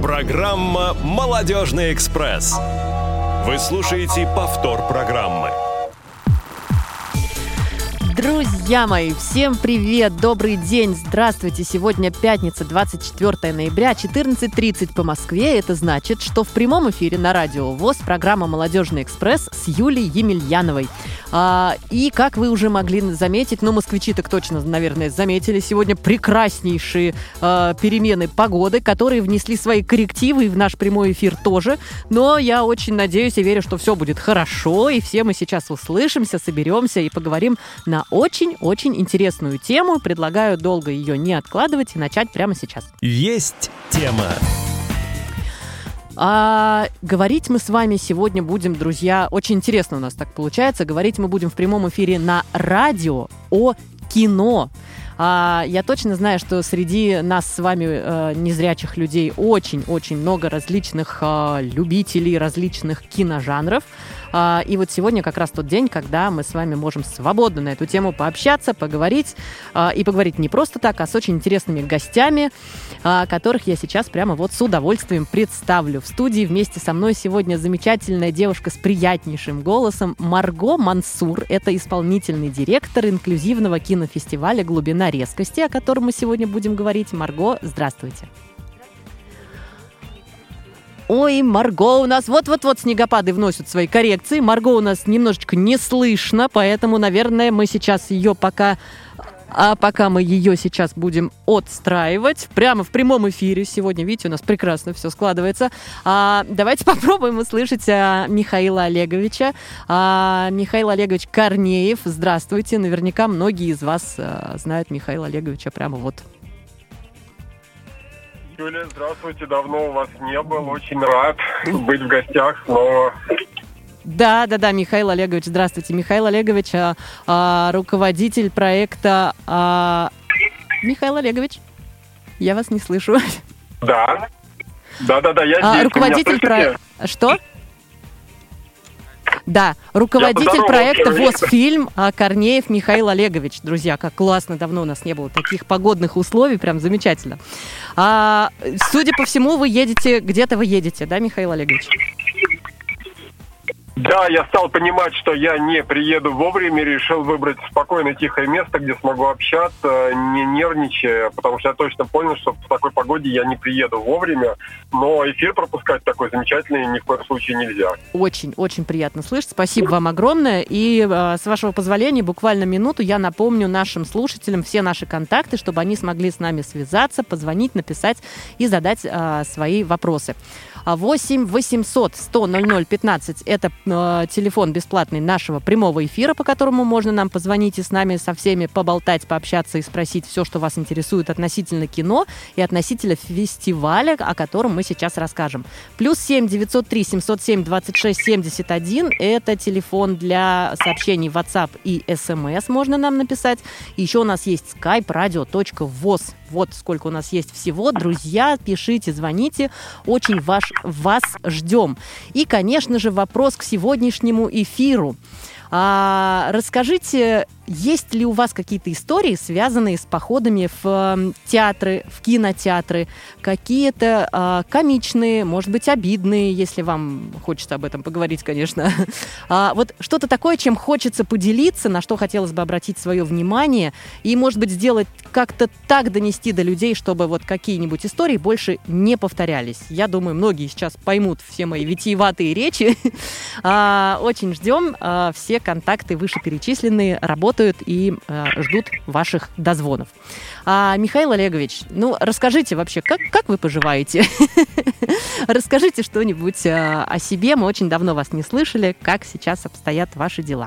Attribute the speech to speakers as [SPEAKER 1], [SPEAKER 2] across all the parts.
[SPEAKER 1] Программа «Молодежный экспресс». Вы слушаете повтор программы.
[SPEAKER 2] Друзья мои, всем привет, добрый день, здравствуйте. Сегодня пятница, 24 ноября, 14:30 по Москве. Это значит, что в прямом эфире на радио ВОС программа «Молодежный экспресс» с Юлией Емельяновой. И, как вы уже могли заметить, москвичи так точно, наверное, заметили, сегодня прекраснейшие перемены погоды, которые внесли свои коррективы и в наш прямой эфир тоже. Но я очень надеюсь и верю, что все будет хорошо, и все мы сейчас услышимся, соберемся и поговорим на очень-очень интересную тему. Предлагаю долго ее не откладывать и начать прямо сейчас.
[SPEAKER 1] Есть тема.
[SPEAKER 2] Говорить мы с вами сегодня будем, друзья, очень интересно у нас так получается. Говорить мы будем в прямом эфире на радио о кино. Я точно знаю, что среди нас с вами, незрячих людей, очень-очень много различных любителей различных киножанров. И вот сегодня как раз тот день, когда мы с вами можем свободно на эту тему пообщаться, поговорить. И поговорить не просто так, а с очень интересными гостями, которых я сейчас прямо вот с удовольствием представлю. В студии вместе со мной сегодня замечательная девушка с приятнейшим голосом Марго Мансур. Это исполнительный директор инклюзивного кинофестиваля «Глубина резкости», о котором мы сегодня будем говорить. Марго, здравствуйте. Ой, Марго у нас вот-вот-вот снегопады вносят свои коррекции. Марго у нас немножечко не слышно, поэтому, наверное, мы сейчас ее пока мы ее сейчас будем отстраивать прямо в прямом эфире сегодня. Видите, у нас прекрасно все складывается. Давайте попробуем услышать Михаила Олеговича. Михаил Олегович Корнеев. Здравствуйте. Наверняка многие из вас знают Михаила Олеговича прямо вот.
[SPEAKER 3] Юлия, здравствуйте, давно у вас не был, очень рад быть в гостях снова.
[SPEAKER 2] Да, Михаил Олегович, здравствуйте. Михаил Олегович, руководитель проекта... Михаил Олегович, я вас не слышу.
[SPEAKER 3] Да, я здесь.
[SPEAKER 2] Руководитель проекта... Что? Да, руководитель проекта «ВОС-фильм» Корнеев Михаил Олегович. Друзья, как классно, давно у нас не было таких погодных условий, прям замечательно. Судя по всему, где-то вы едете, да, Михаил Олегович?
[SPEAKER 3] Да, я стал понимать, что я не приеду вовремя, решил выбрать спокойное, тихое место, где смогу общаться, не нервничая, потому что я точно понял, что в такой погоде я не приеду вовремя, но эфир пропускать такой замечательный ни в коем случае нельзя.
[SPEAKER 2] Очень приятно слышать. Спасибо вам огромное. И с вашего позволения, буквально минуту я напомню нашим слушателям все наши контакты, чтобы они смогли с нами связаться, позвонить, написать и задать свои вопросы. 8 800 100 00 15 – это телефон бесплатный нашего прямого эфира, по которому можно нам позвонить и с нами со всеми поболтать, пообщаться и спросить все, что вас интересует относительно кино и относительно фестиваля, о котором мы сейчас расскажем. Плюс 7 903 707 26 71 – это телефон для сообщений WhatsApp и SMS, можно нам написать. И еще у нас есть skype radio.voz. Вот сколько у нас есть всего. Друзья, пишите, звоните. Очень вас ждем. И, конечно же, вопрос к сегодняшнему эфиру. Расскажите, есть ли у вас какие-то истории, связанные с походами в театры, в кинотеатры? Какие-то комичные, может быть, обидные, если вам хочется об этом поговорить, конечно. Вот что-то такое, чем хочется поделиться, на что хотелось бы обратить свое внимание, и, может быть, сделать как-то так, донести до людей, чтобы вот какие-нибудь истории больше не повторялись. Я думаю, многие сейчас поймут все мои витиеватые речи. Очень ждем. Все контакты вышеперечисленные работают и ждут ваших дозвонов. Михаил Олегович, расскажите вообще, как вы поживаете? Расскажите что-нибудь о себе. Мы очень давно вас не слышали. Как сейчас обстоят ваши дела?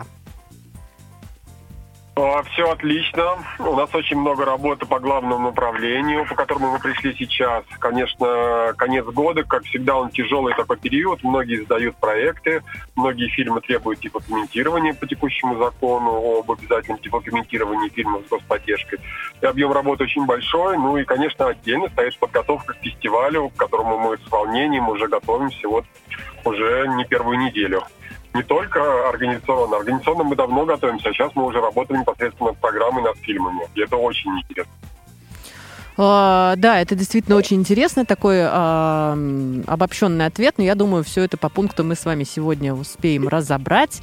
[SPEAKER 3] Все отлично. У нас очень много работы по главному направлению, по которому мы пришли сейчас. Конечно, конец года, как всегда, он тяжелый такой период. Многие сдают проекты, многие фильмы требуют документирования по текущему закону об обязательном документировании фильмов с господдержкой. И объем работы очень большой. И, конечно, отдельно стоит подготовка к фестивалю, к которому мы с волнением уже готовимся уже не первую неделю. Не только организационно. Организационно мы давно готовимся, а сейчас мы уже работаем непосредственно над программой, над фильмами. И это очень интересно.
[SPEAKER 2] Да, это действительно очень интересно, такой обобщенный ответ, но я думаю, все это по пунктам мы с вами сегодня успеем разобрать.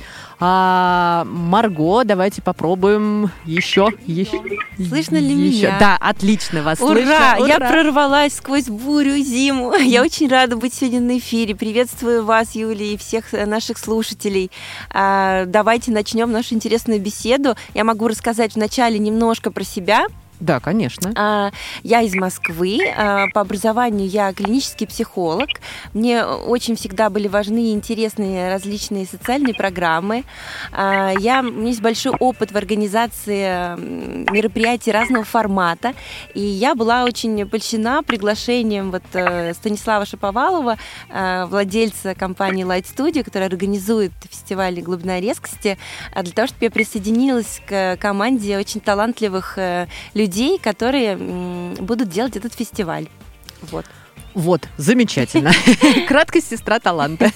[SPEAKER 2] Марго, давайте попробуем еще.
[SPEAKER 4] Слышно ли меня?
[SPEAKER 2] Да, отлично вас
[SPEAKER 4] Ура!
[SPEAKER 2] слышно. Ура!
[SPEAKER 4] Я прорвалась сквозь бурю и зиму. Я очень рада быть сегодня на эфире. Приветствую вас, Юлия, и всех наших слушателей. Давайте начнем нашу интересную беседу. Я могу рассказать вначале немножко про себя.
[SPEAKER 2] Да, конечно.
[SPEAKER 4] Я из Москвы. По образованию я клинический психолог. Мне очень всегда были важны и интересные различные социальные программы. У меня есть большой опыт в организации мероприятий разного формата. И я была очень польщена приглашением Станислава Шаповалова, владельца компании Light Studio, которая организует фестиваль глубина резкости, для того, чтобы я присоединилась к команде очень талантливых людей, которые будут делать этот фестиваль.
[SPEAKER 2] Вот, замечательно. Краткость сестра таланта.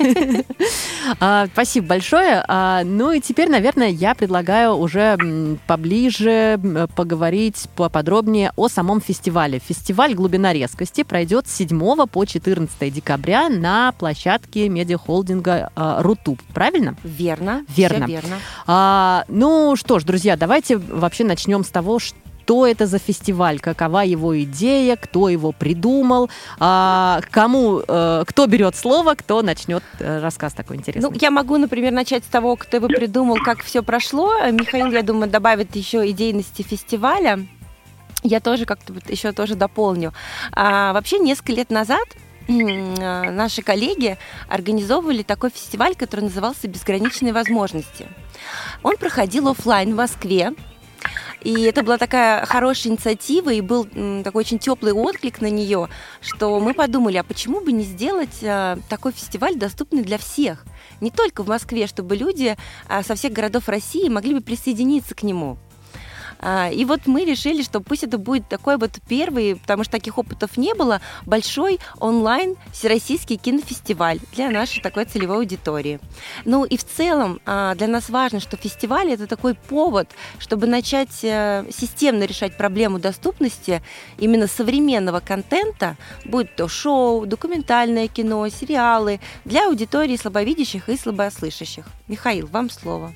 [SPEAKER 2] Спасибо большое. Ну и теперь, наверное, я предлагаю уже поближе поговорить поподробнее о самом фестивале. Фестиваль «Глубина резкости» пройдет с 7 по 14 декабря на площадке медиахолдинга «Рутуб». Правильно?
[SPEAKER 4] Верно.
[SPEAKER 2] Верно.
[SPEAKER 4] Все верно.
[SPEAKER 2] Ну что ж, друзья, давайте вообще начнем с того, что это за фестиваль, какова его идея, кто его придумал, кто берет слово, кто начнет рассказ такой интересный.
[SPEAKER 4] Я могу, например, начать с того, кто его придумал, как все прошло. Михаил, я думаю, добавит еще идейности фестиваля. Я тоже как-то еще тоже дополню. Вообще, несколько лет назад наши коллеги организовывали такой фестиваль, который назывался «Безграничные возможности». Он проходил офлайн в Москве. И это была такая хорошая инициатива, и был такой очень теплый отклик на нее, что мы подумали, а почему бы не сделать такой фестиваль доступный для всех? Не только в Москве, чтобы люди со всех городов России могли бы присоединиться к нему. И мы решили, что пусть это будет такой первый, потому что таких опытов не было, большой онлайн всероссийский кинофестиваль для нашей такой целевой аудитории. И в целом для нас важно, что фестиваль — это такой повод, чтобы начать системно решать проблему доступности именно современного контента, будь то шоу, документальное кино, сериалы, для аудитории слабовидящих и слабослышащих. Михаил, вам слово.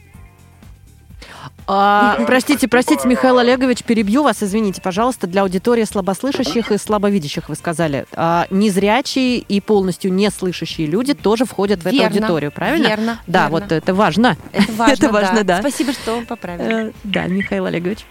[SPEAKER 2] Простите, Михаил Олегович, перебью вас, извините, пожалуйста, для аудитории слабослышащих и слабовидящих вы сказали. Незрячие и полностью неслышащие люди тоже входят в эту аудиторию, правильно?
[SPEAKER 4] Верно.
[SPEAKER 2] Да,
[SPEAKER 4] верно.
[SPEAKER 2] Это важно.
[SPEAKER 4] Это важно, да. Спасибо, что вы поправили.
[SPEAKER 2] Да, Михаил Олегович.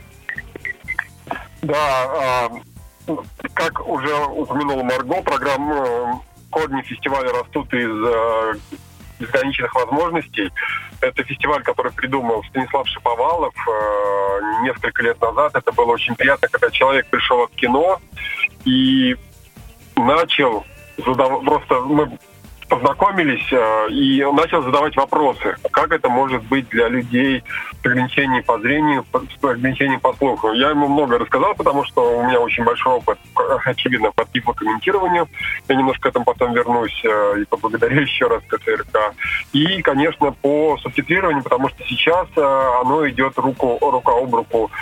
[SPEAKER 3] Да, как уже упомянула Марго, корни фестиваля растут из безграничных возможностей. Это фестиваль, который придумал Станислав Шаповалов несколько лет назад. Это было очень приятно, когда человек пришел от кино и начал просто мы познакомились и начал задавать вопросы. Как это может быть для людей с ограничением по зрению, с ограничением по слуху? Я ему много рассказал, потому что у меня очень большой опыт, очевидно, по тифлокомментированию. Я немножко к этому потом вернусь и поблагодарю еще раз КСРК. И, конечно, по субтитрированию, потому что сейчас оно идет рука об руку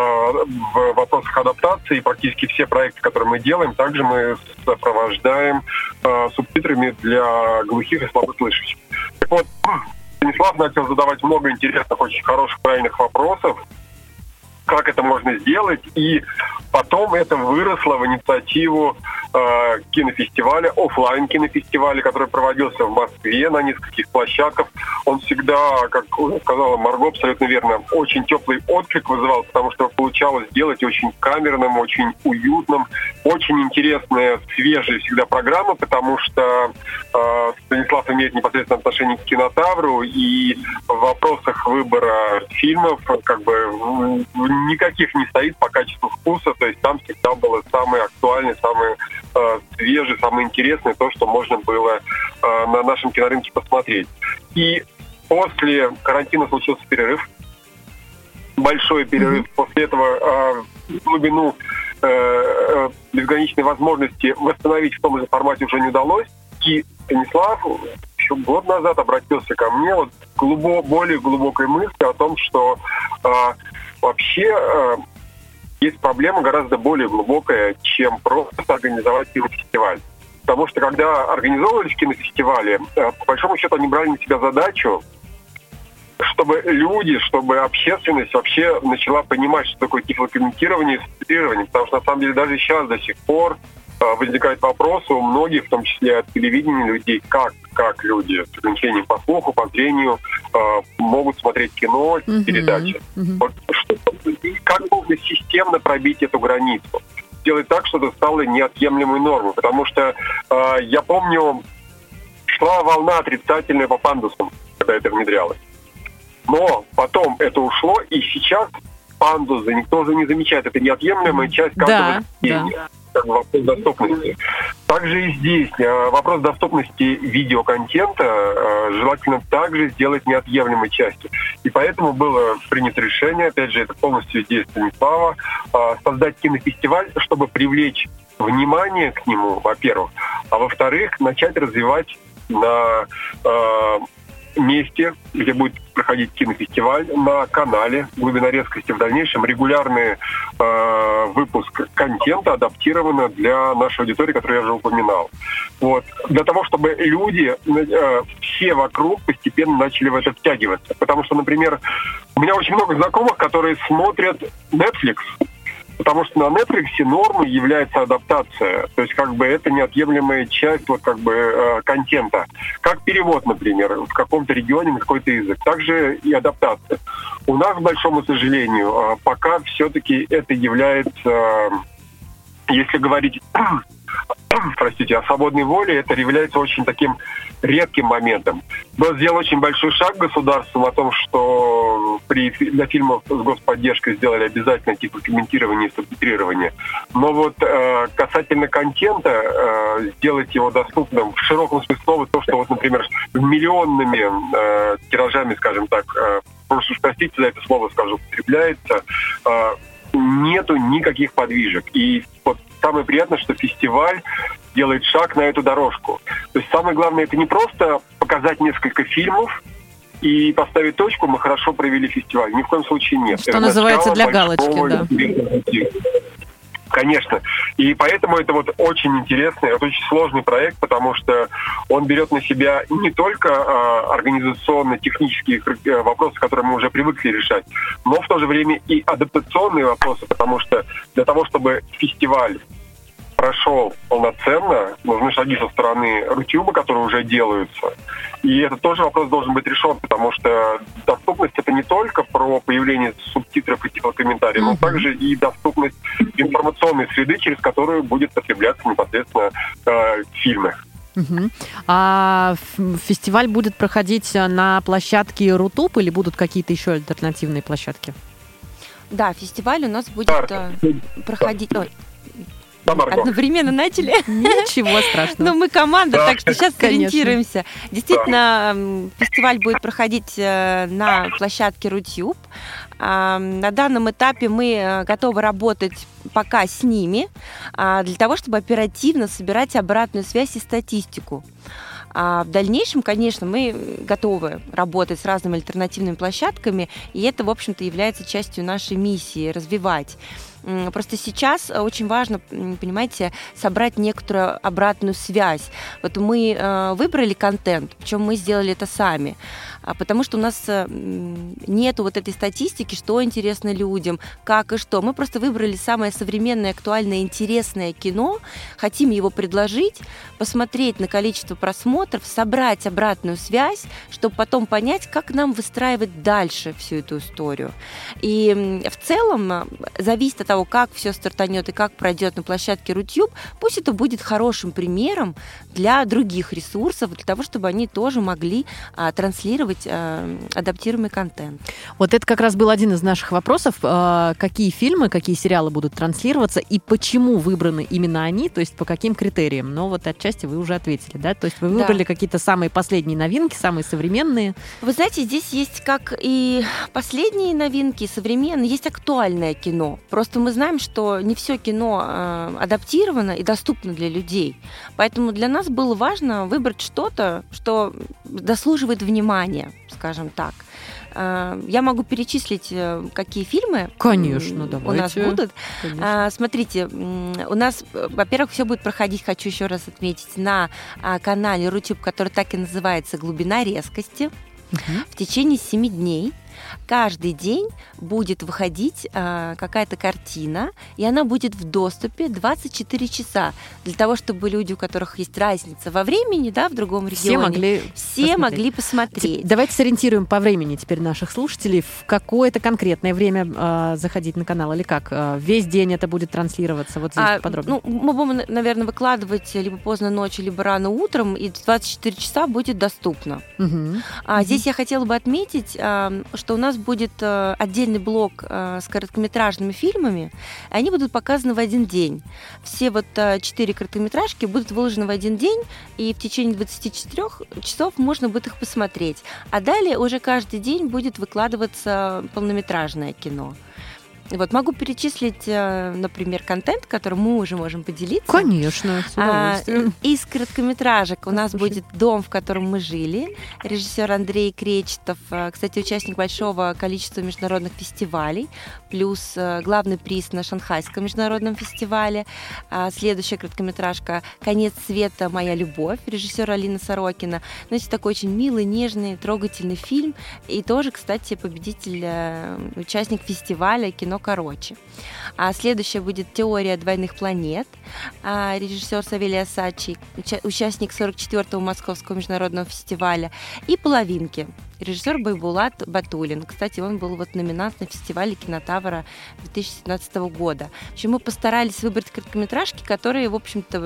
[SPEAKER 3] в вопросах адаптации. И практически все проекты, которые мы делаем, также мы сопровождаем субтитрами для глухих и слабослышащих. Так вот, Станислав начал задавать много интересных, очень хороших, правильных вопросов, как это можно сделать, и потом это выросло в инициативу кинофестиваля, офлайн кинофестиваля, который проводился в Москве на нескольких площадках. Он всегда, как сказала Марго, абсолютно верно, очень теплый отклик вызывал, потому что получалось сделать очень камерным, очень уютным, очень интересная, свежая всегда программа, потому что Станислав имеет непосредственное отношение к кинотавру, и в вопросах выбора фильмов никаких не стоит по качеству вкуса, то есть там всегда было самое актуальное, самое свежее, самое интересное, то, что можно было на нашем кинорынке посмотреть. И после карантина случился перерыв, большой перерыв. После этого глубину безграничной возможности восстановить в том же формате уже не удалось. И Станислав еще год назад обратился ко мне более глубокой мыслью о том, что вообще есть проблема гораздо более глубокая, чем просто организовать кинофестиваль. Потому что когда организовывались кинофестивали, по большому счету они брали на себя задачу, чтобы люди, чтобы общественность вообще начала понимать, что такое тифлокомментирование и субтитрирование. Потому что, на самом деле, даже сейчас до сих пор возникает вопрос у многих, в том числе от телевидения людей, как люди с ограничением по слуху, по зрению могут смотреть кино, передачи. Вот, как можно системно пробить эту границу? Сделать так, чтобы это стало неотъемлемой нормой. Потому что я помню, шла волна отрицательная по пандусам, когда это внедрялось. Но потом это ушло, и сейчас пандусы никто уже не замечает. Это неотъемлемая часть каждого чтения. Вопрос доступности. Также и здесь вопрос доступности видеоконтента желательно также сделать неотъемлемой частью. И поэтому было принято решение, опять же, это полностью идея Станислава, создать кинофестиваль, чтобы привлечь внимание к нему, во-первых, а во-вторых, начать развивать на месте, где будет проходить кинофестиваль, на канале «Глубина резкости» в дальнейшем регулярный выпуск контента адаптировано для нашей аудитории, которую я уже упоминал. Вот. Для того, чтобы люди все вокруг постепенно начали в это втягиваться. Потому что, например, у меня очень много знакомых, которые смотрят Netflix, потому что на Netflix нормой является адаптация. То есть как бы это неотъемлемая часть вот как бы контента. Как перевод, например, в каком-то регионе на какой-то язык. Также и адаптация. У нас, к большому сожалению, пока все-таки это является, если говорить о свободной воле, это является очень таким редким моментом. Было сделан очень большой шаг государством о том, что для фильмов с господдержкой сделали обязательно тифлокомментирование и субтитрирование. Но вот касательно контента, сделать его доступным в широком смысле слова, то, что вот, например, миллионными тиражами, скажем так, прошу простите за это слово, скажу, употребляется, нету никаких подвижек. И вот самое приятное, что фестиваль делает шаг на эту дорожку. То есть самое главное, это не просто показать несколько фильмов и поставить точку, мы хорошо провели фестиваль. Ни в коем случае нет.
[SPEAKER 2] Что это называется для галочки, да.
[SPEAKER 3] Конечно. И поэтому это вот очень интересный, это очень сложный проект, потому что он берет на себя не только организационно-технические вопросы, которые мы уже привыкли решать, но в то же время и адаптационные вопросы, потому что для того, чтобы фестиваль прошел полноценно, нужны шаги со стороны Рутюба, которые уже делаются. И этот тоже вопрос должен быть решен, потому что доступность — это не только про появление субтитров и тифлокомментариев, но также и доступность информационной среды, через которую будет потребляться непосредственно фильмы.
[SPEAKER 2] А фестиваль будет проходить на площадке Рутуб или будут какие-то еще альтернативные площадки?
[SPEAKER 4] Да, фестиваль у нас будет проходить... Одновременно начали.
[SPEAKER 2] Ничего страшного.
[SPEAKER 4] Но мы команда, так что сейчас сориентируемся. Действительно, фестиваль будет проходить на площадке Рутюб. На данном этапе мы готовы работать пока с ними, для того, чтобы оперативно собирать обратную связь и статистику. А в дальнейшем, конечно, мы готовы работать с разными альтернативными площадками, и это, в общем-то, является частью нашей миссии – развивать. Просто сейчас очень важно, понимаете, собрать некоторую обратную связь. Вот мы выбрали контент, причем мы сделали это сами, потому что у нас нету вот этой статистики, что интересно людям, как и что. Мы просто выбрали самое современное, актуальное, интересное кино, хотим его предложить, посмотреть на количество просмотров, собрать обратную связь, чтобы потом понять, как нам выстраивать дальше всю эту историю. И в целом зависит от того, как все стартанет и как пройдет на площадке Рутюб, пусть это будет хорошим примером для других ресурсов, для того, чтобы они тоже могли транслировать адаптируемый контент.
[SPEAKER 2] Вот это как раз был один из наших вопросов. Какие фильмы, какие сериалы будут транслироваться и почему выбраны именно они, то есть по каким критериям? Но вот отчасти вы уже ответили, да? То есть вы выбрали какие-то самые последние новинки, самые современные.
[SPEAKER 4] Вы знаете, здесь есть как и последние новинки, современные, есть актуальное кино. Просто что мы знаем, что не все кино адаптировано и доступно для людей. Поэтому для нас было важно выбрать что-то, что заслуживает внимания, скажем так. Я могу перечислить, какие фильмы
[SPEAKER 2] Конечно,
[SPEAKER 4] у нас будут.
[SPEAKER 2] Конечно.
[SPEAKER 4] Смотрите, у нас, во-первых, все будет проходить, хочу еще раз отметить, на канале Рутюб, который так и называется «Глубина резкости», в течение 7 дней. Каждый день будет выходить какая-то картина, и она будет в доступе 24 часа, для того, чтобы люди, у которых есть разница во времени, да, в другом регионе, все могли посмотреть.
[SPEAKER 2] Давайте сориентируем по времени теперь наших слушателей. В какое-то конкретное время заходить на канал или как? Весь день это будет транслироваться? Вот здесь подробнее.
[SPEAKER 4] Мы будем, наверное, выкладывать либо поздно ночью, либо рано утром, и 24 часа будет доступно. Здесь я хотела бы отметить, что у нас будет отдельный блок с короткометражными фильмами, и они будут показаны в один день. Все 4 короткометражки будут выложены в один день, и в течение 24 часов можно будет их посмотреть. А далее уже каждый день будет выкладываться полнометражное кино. Вот, могу перечислить, например, контент, которым мы уже можем поделиться.
[SPEAKER 2] Конечно, с удовольствием.
[SPEAKER 4] Из короткометражек у нас будет «Дом, в котором мы жили». Режиссер Андрей Кречетов, кстати, участник большого количества международных фестивалей, плюс главный приз на Шанхайском международном фестивале. Следующая короткометражка «Конец света. Моя любовь», режиссера Алина Сорокина. Знаете, такой очень милый, нежный, трогательный фильм. И тоже, кстати, победитель, участник фестиваля «Кино короче». А следующая будет «Теория двойных планет», режиссер Савелий Асачи, участник 44-го Московского международного фестиваля, и «Половинки», режиссер Байбулат Батулин. Кстати, он был номинант на фестивале «Кинотавра» 2017 года. В общем, мы постарались выбрать короткометражки, которые, в общем-то,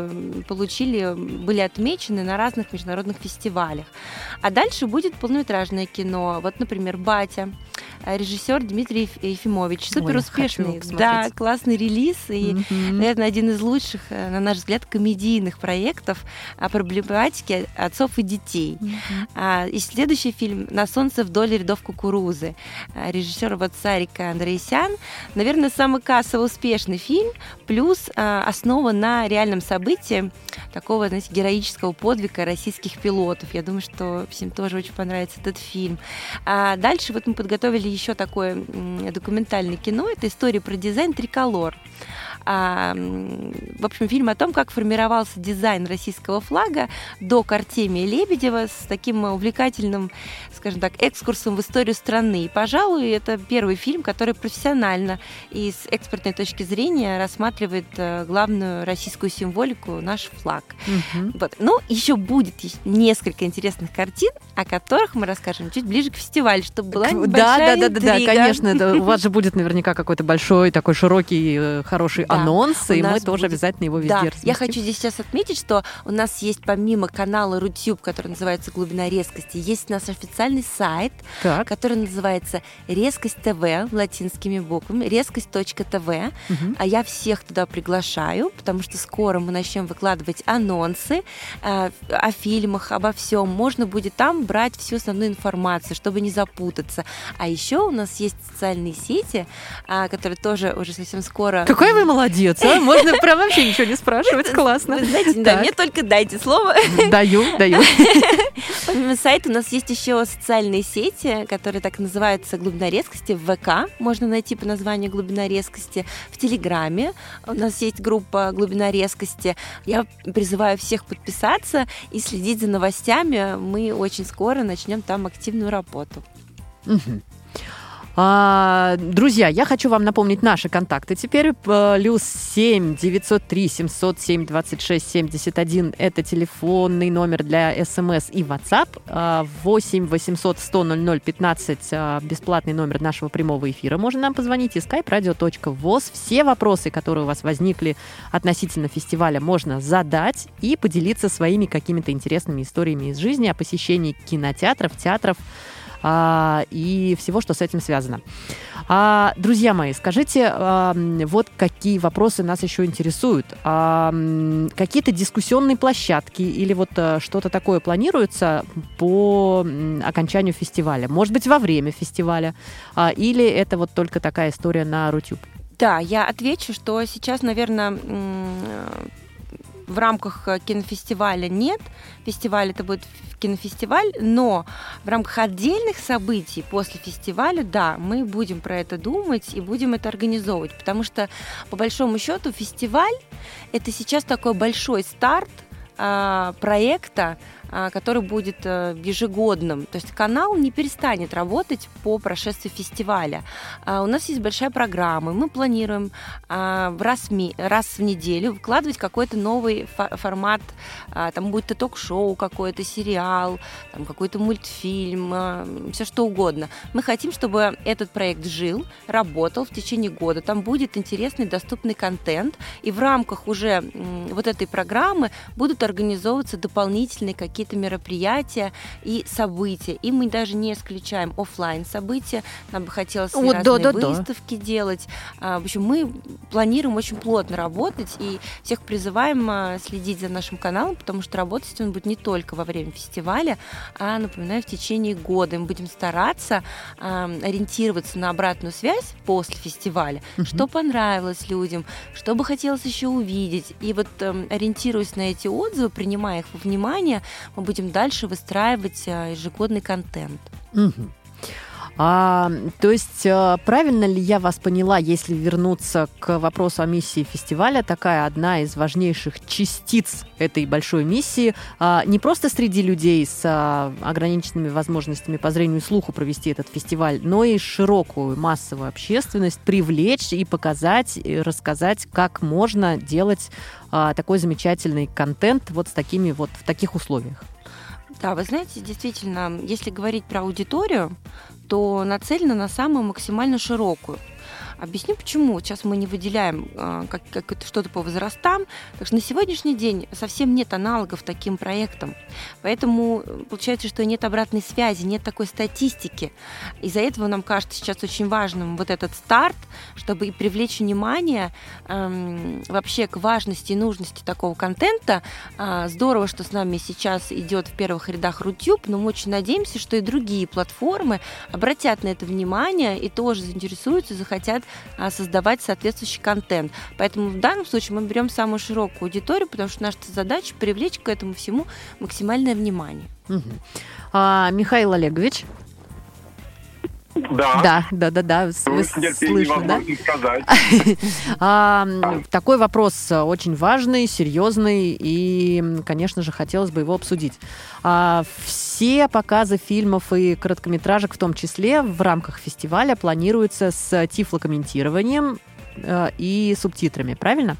[SPEAKER 4] были отмечены на разных международных фестивалях. А дальше будет полнометражное кино. Вот, например, «Батя», режиссер Дмитрий Ефимович. Супер успешный, да, классный релиз и, наверное, один из лучших, на наш взгляд, комедийных проектов о проблематике отцов и детей. И следующий фильм «На солнце вдоль рядов кукурузы», режиссер Сарика Андреасян. Наверное, самый кассово успешный фильм, плюс основа на реальном событии такого, знаете, героического подвига российских пилотов. Я думаю, что всем тоже очень понравится этот фильм. А дальше мы подготовили еще такое документальное кино. Это история про дизайн «Триколор». В общем, фильм о том, как формировался дизайн российского флага до Артемия Лебедева с таким увлекательным, скажем так, экскурсом в историю страны. И, пожалуй, это первый фильм, который профессионально и с экспертной точки зрения рассматривает главную российскую символику, наш флаг. Вот. Ну, еще будет несколько интересных картин, о которых мы расскажем чуть ближе к фестивалю, чтобы была небольшая интрига.
[SPEAKER 2] Да, конечно. У вас же будет наверняка какой-то большой, такой широкий, хороший анонс, и мы тоже обязательно его везде разместим.
[SPEAKER 4] Я хочу здесь сейчас отметить, что у нас есть помимо канала Рутюб, который называется «Глубина резкости», есть у нас официальный сайт, который называется «Резкость ТВ» латинскими буквами, резкость.тв. А я всех туда приглашаю, потому что скоро мы начнем выкладывать анонсы о фильмах, обо всем. Можно будет там брать всю основную информацию, чтобы не запутаться. А еще у нас есть социальные сети, которые тоже уже совсем скоро...
[SPEAKER 2] Какой вы молодец, а? Можно прям вообще ничего не спрашивать, классно.
[SPEAKER 4] Вы знаете, да, мне только дайте слово.
[SPEAKER 2] Даю.
[SPEAKER 4] Помимо сайта у нас есть еще социальные сети, которые так называются «Глубина резкости». В ВК можно найти по названию «Глубина резкости». В Телеграме у нас есть группа «Глубина резкости». Я призываю всех подписаться и следить за новостями. Мы очень скоро начнем там активную работу.
[SPEAKER 2] Друзья, я хочу вам напомнить наши контакты теперь. +7 903 707 26 71 это телефонный номер для СМС и WhatsApp. 8 800 100 00 15 бесплатный номер нашего прямого эфира. Можно нам позвонить и skype-radio.voz. Все вопросы, которые у вас возникли относительно фестиваля, можно задать и поделиться своими какими-то интересными историями из жизни о посещении кинотеатров, театров и всего, что с этим связано. Друзья мои, скажите, вот какие вопросы нас еще интересуют. Какие-то дискуссионные площадки или вот что-то такое планируется по окончанию фестиваля? Может быть, во время фестиваля? Или это вот только такая история на Рутюб?
[SPEAKER 4] Да, я отвечу, что сейчас, наверное, в рамках кинофестиваля нет. Фестиваль это будет кинофестиваль, но в рамках отдельных событий после фестиваля, да, мы будем про это думать и будем это организовывать, потому что, по большому счету, фестиваль это сейчас такой большой старт проекта, который будет ежегодным. То есть канал не перестанет работать по прошествии фестиваля. У нас есть большая программа, мы планируем раз в неделю выкладывать какой-то новый формат. Там будет и ток-шоу какой-то, сериал, там какой-то мультфильм, все что угодно. Мы хотим, чтобы этот проект жил, работал в течение года. Там будет интересный, доступный контент, и в рамках уже вот этой программы будут организовываться дополнительные какие-то мероприятия и события. И мы даже не исключаем офлайн события. Нам бы хотелось разные выставки делать. В общем, мы планируем очень плотно работать и всех призываем следить за нашим каналом, потому что работать он будет не только во время фестиваля, а, напоминаю, в течение года. Мы будем стараться ориентироваться на обратную связь после фестиваля, что понравилось людям, что бы хотелось еще увидеть. И вот ориентируясь на эти отзывы, принимая их во внимание, мы будем дальше выстраивать ежегодный контент.
[SPEAKER 2] То есть правильно ли я вас поняла, если вернуться к вопросу о миссии фестиваля, такая одна из важнейших частиц этой большой миссии, не просто среди людей с ограниченными возможностями по зрению и слуху провести этот фестиваль, но и широкую массовую общественность привлечь и показать, и рассказать, как можно делать такой замечательный контент вот с такими вот в таких условиях.
[SPEAKER 4] Да, вы знаете, действительно, если говорить про аудиторию, то нацелена на самую максимально широкую. Объясню, почему. Сейчас мы не выделяем что-то по возрастам, так что на сегодняшний день совсем нет аналогов таким проектам. Поэтому получается, что нет обратной связи, нет такой статистики. Из-за этого нам кажется сейчас очень важным вот этот старт, чтобы и привлечь внимание вообще к важности и нужности такого контента. Здорово, что с нами сейчас идет в первых рядах Рутюб, но мы очень надеемся, что и другие платформы обратят на это внимание и тоже заинтересуются, захотят создавать соответствующий контент. Поэтому в данном случае мы берем самую широкую аудиторию, потому что наша задача привлечь к этому всему максимальное внимание.
[SPEAKER 2] Михаил Олегович?
[SPEAKER 3] Да.
[SPEAKER 2] Вы слышно, да? Такой вопрос очень важный, серьезный, и, конечно же, хотелось бы его обсудить. Все показы фильмов и короткометражек, в том числе в рамках фестиваля, планируются с тифлокомментированием и субтитрами, правильно?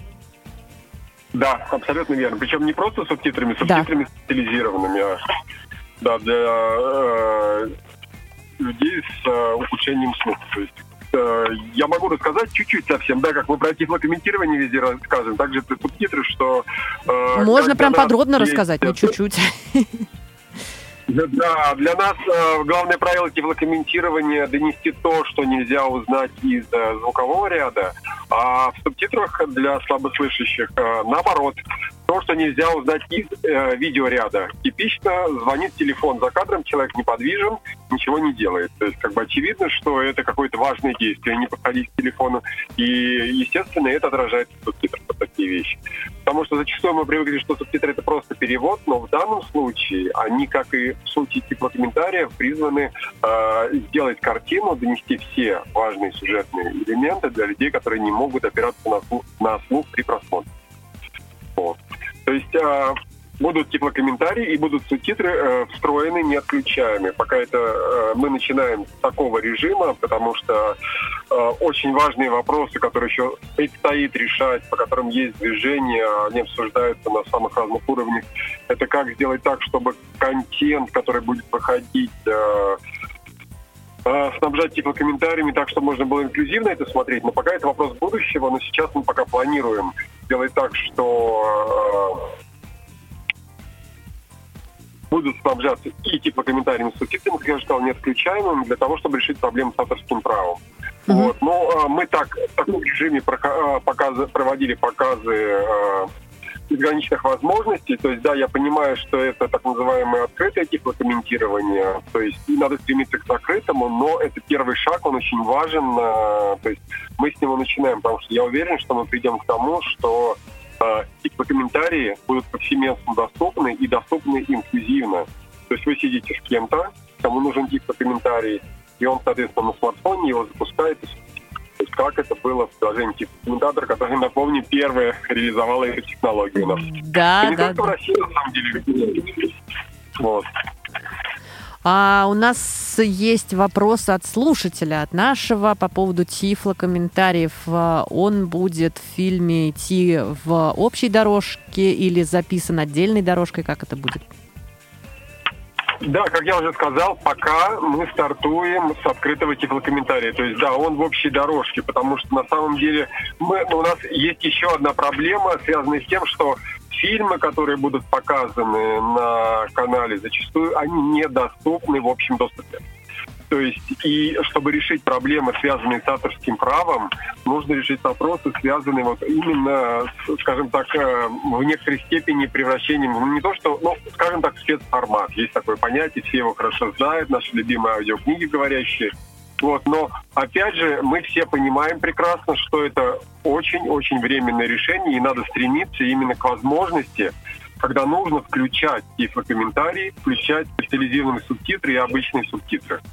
[SPEAKER 3] Да, абсолютно верно. Причем не просто субтитрами специализированными, а для людей с ухудшением слуха. То есть я могу рассказать чуть-чуть совсем, да, как мы про тифлокомментирование везде рассказываем, также субтитры, что...
[SPEAKER 2] Можно прям подробно рассказать, не чуть-чуть.
[SPEAKER 3] Да, для нас главное правило тифлокомментирования — донести то, что нельзя узнать из звукового ряда, а в субтитрах для слабослышащих наоборот, то, что нельзя узнать из видеоряда. Типично звонит телефон за кадром, человек неподвижен, ничего не делает. То есть как бы очевидно, что это какое-то важное действие, не подходить к телефону. И, естественно, это отражается в субтитрах, вот такие вещи. Потому что зачастую мы привыкли, что субтитры — это просто перевод, но в данном случае они, как и в сути тифлокомментариев, призваны сделать картину, донести все важные сюжетные элементы для людей, которые не могут опираться на слух при просмотре. Вот. То есть будут тифлокомментарии и будут субтитры встроены неотключаемые. Пока это мы начинаем с такого режима, потому что очень важные вопросы, которые еще предстоит решать, по которым есть движение, они обсуждаются на самых разных уровнях. Это как сделать так, чтобы контент, который будет выходить, снабжать тифлокомментариями так, чтобы можно было инклюзивно это смотреть. Но пока это вопрос будущего, но сейчас мы пока планируем сделать так, что будут снабжаться и тифлокомментариями с субтитрами, как я уже сказал, неотключаемыми, для того, чтобы решить проблему с авторским правом. Вот. Но мы в таком режиме проводили показы безграничных возможностей. То есть, да, я понимаю, что это так называемое открытое тифлокомментирование, то есть надо стремиться к закрытому, но это первый шаг, он очень важен. То есть мы с него начинаем, потому что я уверен, что мы придем к тому, что тифлокомментарии будут повсеместно доступны и доступны инклюзивно. То есть вы сидите с кем-то, кому нужен тифлокомментарий, и он, соответственно, на смартфоне его запускает. То есть как это было в приложении тифлокомментатор, который, напомню, первый реализовал эту технологию у нас.
[SPEAKER 2] Да,
[SPEAKER 3] не только в России, на самом деле. Вот.
[SPEAKER 2] У нас есть вопрос от слушателя, от нашего, по поводу тифлокомментариев. Он будет в фильме идти в общей дорожке или записан отдельной дорожкой? Как это будет?
[SPEAKER 3] Да, как я уже сказал, пока мы стартуем с открытого тифлокомментария. То есть, да, он в общей дорожке, потому что на самом деле у нас есть еще одна проблема, связанная с тем, что фильмы, которые будут показаны на канале, зачастую они недоступны в общем доступе. То есть, и чтобы решить проблемы, связанные с авторским правом, нужно решить вопросы, связанные вот именно, скажем так, в некоторой степени превращением, не то что, скажем так, спецформат. Есть такое понятие, все его хорошо знают, наши любимые аудиокниги говорящие. Вот, но, опять же, мы все понимаем прекрасно, что это очень-очень временное решение, и надо стремиться именно к возможности, когда нужно включать тифлокомментарии, включать специализированные субтитры и обычные субтитры.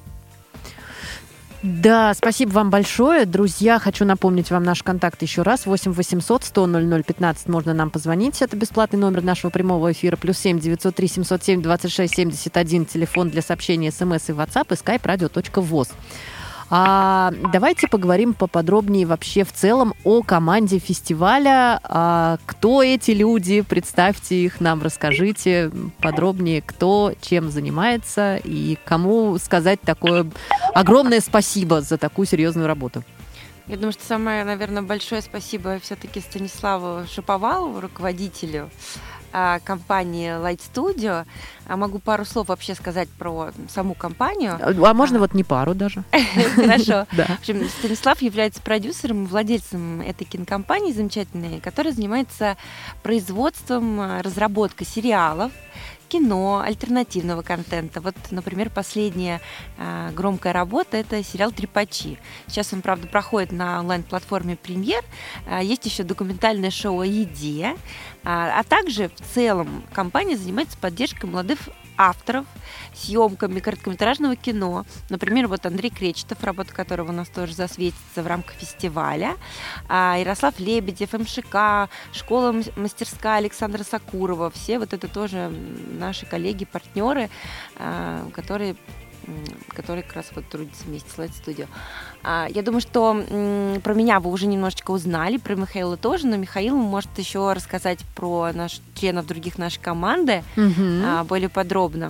[SPEAKER 2] Да, спасибо вам большое. Друзья, хочу напомнить вам наш контакт еще раз. 8 800 100 00 15 можно нам позвонить. Это бесплатный номер нашего прямого эфира. +7 903 707 26 71. Телефон для сообщений, смс и WhatsApp и skype radio.voz. Давайте поговорим поподробнее вообще в целом о команде фестиваля. Кто эти люди? Представьте их нам, расскажите подробнее, кто чем занимается и кому сказать такое огромное спасибо за такую серьезную работу.
[SPEAKER 4] Я думаю, что самое, наверное, большое спасибо все-таки Станиславу Шаповалову, руководителю компании Light Studio. Могу пару слов вообще сказать про саму компанию.
[SPEAKER 2] А можно вот не пару даже?
[SPEAKER 4] Хорошо. В общем, Станислав является продюсером и владельцем этой кинокомпании замечательной, которая занимается производством, разработкой сериалов, кино, альтернативного контента. Вот, например, последняя громкая работа – это сериал «Трепачи». Сейчас он, правда, проходит на онлайн-платформе «Премьер». Есть еще документальное шоу о еде. А также в целом компания занимается поддержкой молодых авторов, съемками короткометражного кино. Например, вот Андрей Кречетов, работа которого у нас тоже засветится в рамках фестиваля. Ярослав Лебедев, МШК, школа-мастерская Александра Сакурова. Все вот это тоже наши коллеги, партнеры, которые как раз вот трудятся вместе с Light Studio. Я думаю, что про меня вы уже немножечко узнали, про Михаила тоже, но Михаил может еще рассказать про членов других нашей команды более подробно.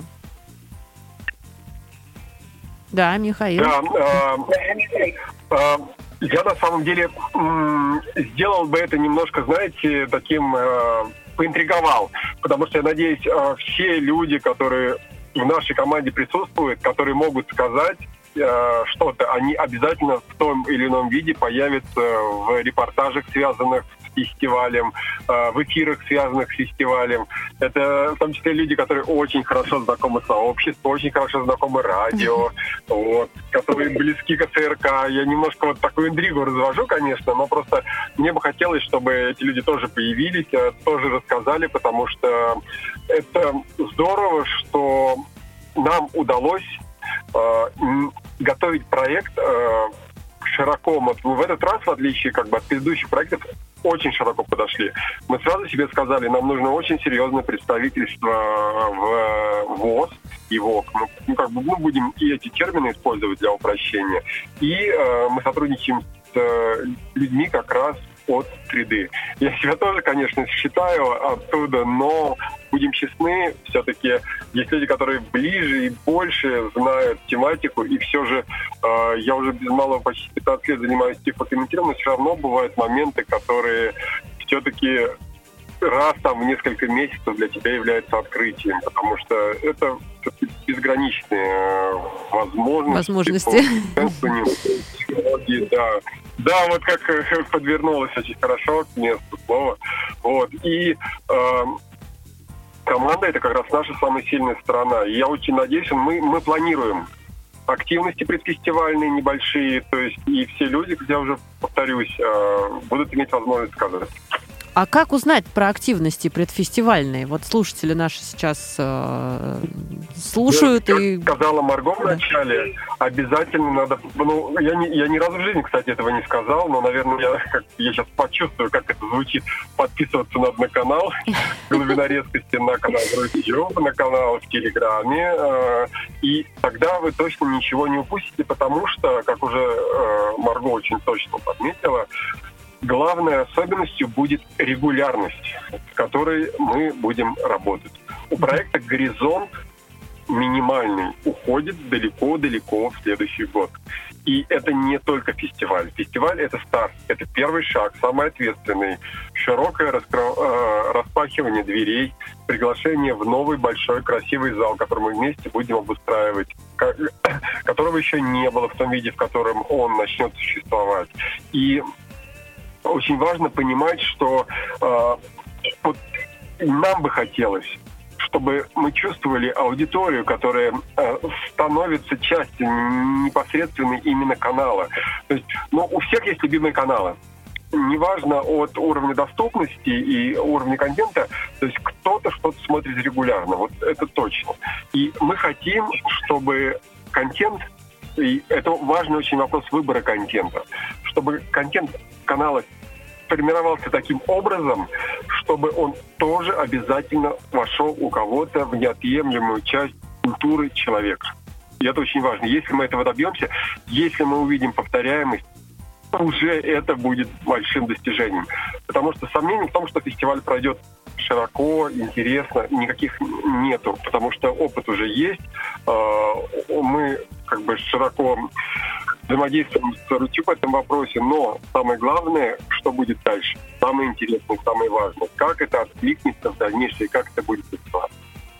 [SPEAKER 2] Да, Михаил.
[SPEAKER 3] Я на самом деле сделал бы это немножко, знаете, таким поинтриговал, потому что я надеюсь, все люди, которые в нашей команде присутствуют, которые могут сказать что-то, они обязательно в том или ином виде появятся в репортажах, связанных с фестивалем, в эфирах, связанных с фестивалем. Это в том числе люди, которые очень хорошо знакомы сообществу, очень хорошо знакомы радио, вот, которые близки к ЦРК. Я немножко вот такую интригу развожу, конечно, но просто мне бы хотелось, чтобы эти люди тоже появились, тоже рассказали, потому что это здорово, что нам удалось готовить проект широко. Вот в этот раз, в отличие от предыдущих проектов, очень широко подошли. Мы сразу себе сказали, нам нужно очень серьезное представительство в ВОЗ и ВОК. Мы будем и эти термины использовать для упрощения. И мы сотрудничаем с людьми как раз от среды. Я себя тоже, конечно, считаю оттуда, но будем честны, все-таки есть люди, которые ближе и больше знают тематику, и все же я уже без малого почти 15 лет занимаюсь тифлокомментированием, но все равно бывают моменты, которые все-таки раз там в несколько месяцев для тебя является открытием, потому что это безграничные возможности. Технологии, да. Да, вот как подвернулось очень хорошо к месту слово. Вот. И команда — это как раз наша самая сильная сторона. И я очень надеюсь, мы планируем активности предфестивальные небольшие, то есть и все люди, я уже повторюсь, будут иметь возможность сказать.
[SPEAKER 2] А как узнать про активности предфестивальные? Вот слушатели наши сейчас слушают
[SPEAKER 3] как
[SPEAKER 2] и...
[SPEAKER 3] сказала Марго в начале, обязательно надо... Я ни разу в жизни, кстати, этого не сказал, но, наверное, я сейчас почувствую, как это звучит. Подписываться надо на канал «Глубина резкости», на канал «Друзьев», на канал в Телеграме. И тогда вы точно ничего не упустите, потому что, как уже Марго очень точно подметила, главной особенностью будет регулярность, с которой мы будем работать. У проекта «Горизонт» минимальный уходит далеко-далеко в следующий год. И это не только фестиваль. Фестиваль — это старт, это первый шаг, самый ответственный. Широкое распахивание дверей, приглашение в новый большой красивый зал, который мы вместе будем обустраивать, которого еще не было в том виде, в котором он начнет существовать. И очень важно понимать, что вот нам бы хотелось, чтобы мы чувствовали аудиторию, которая становится частью непосредственно именно канала. То есть, у всех есть любимые каналы. Неважно от уровня доступности и уровня контента, то есть кто-то что-то смотрит регулярно, вот это точно. И мы хотим, чтобы контент, и это важный очень вопрос выбора контента, чтобы контент канала формировался таким образом, чтобы он тоже обязательно вошел у кого-то в неотъемлемую часть культуры человека. И это очень важно. Если мы этого добьемся, если мы увидим повторяемость, уже это будет большим достижением. Потому что сомнений в том, что фестиваль пройдет широко, интересно, никаких нету, потому что опыт уже есть. Мы широко взаимодействуем с РУТЮ в этом вопросе, но самое главное, что будет дальше, самое интересное, самое важное, как это откликнется в дальнейшем и как это будет развиваться.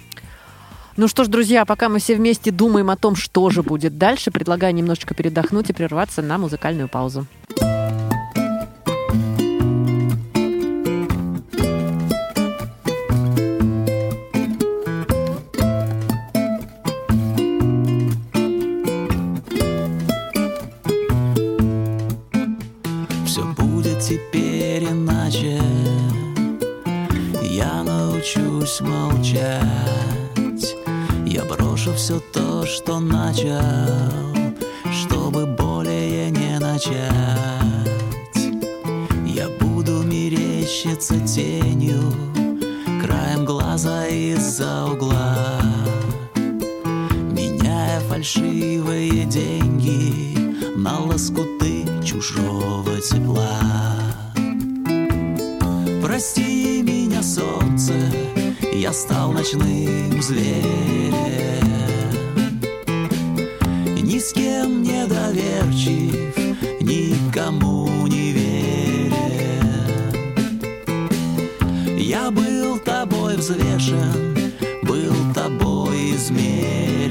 [SPEAKER 2] Ну что ж, друзья, пока мы все вместе думаем о том, что же будет дальше, предлагаю немножечко передохнуть и прерваться на музыкальную паузу.
[SPEAKER 5] Все будет теперь иначе. Я научусь молчать. Я брошу все то, что начал, чтобы более не начать. Я буду мерещиться тенью, краем глаза из-за угла, меняя фальшивые деньги на лоскуты чужого тепла. Прости меня, солнце, я стал ночным зверем, ни с кем не доверчив, никому не верен. Я был тобой взвешен, был тобой измерен.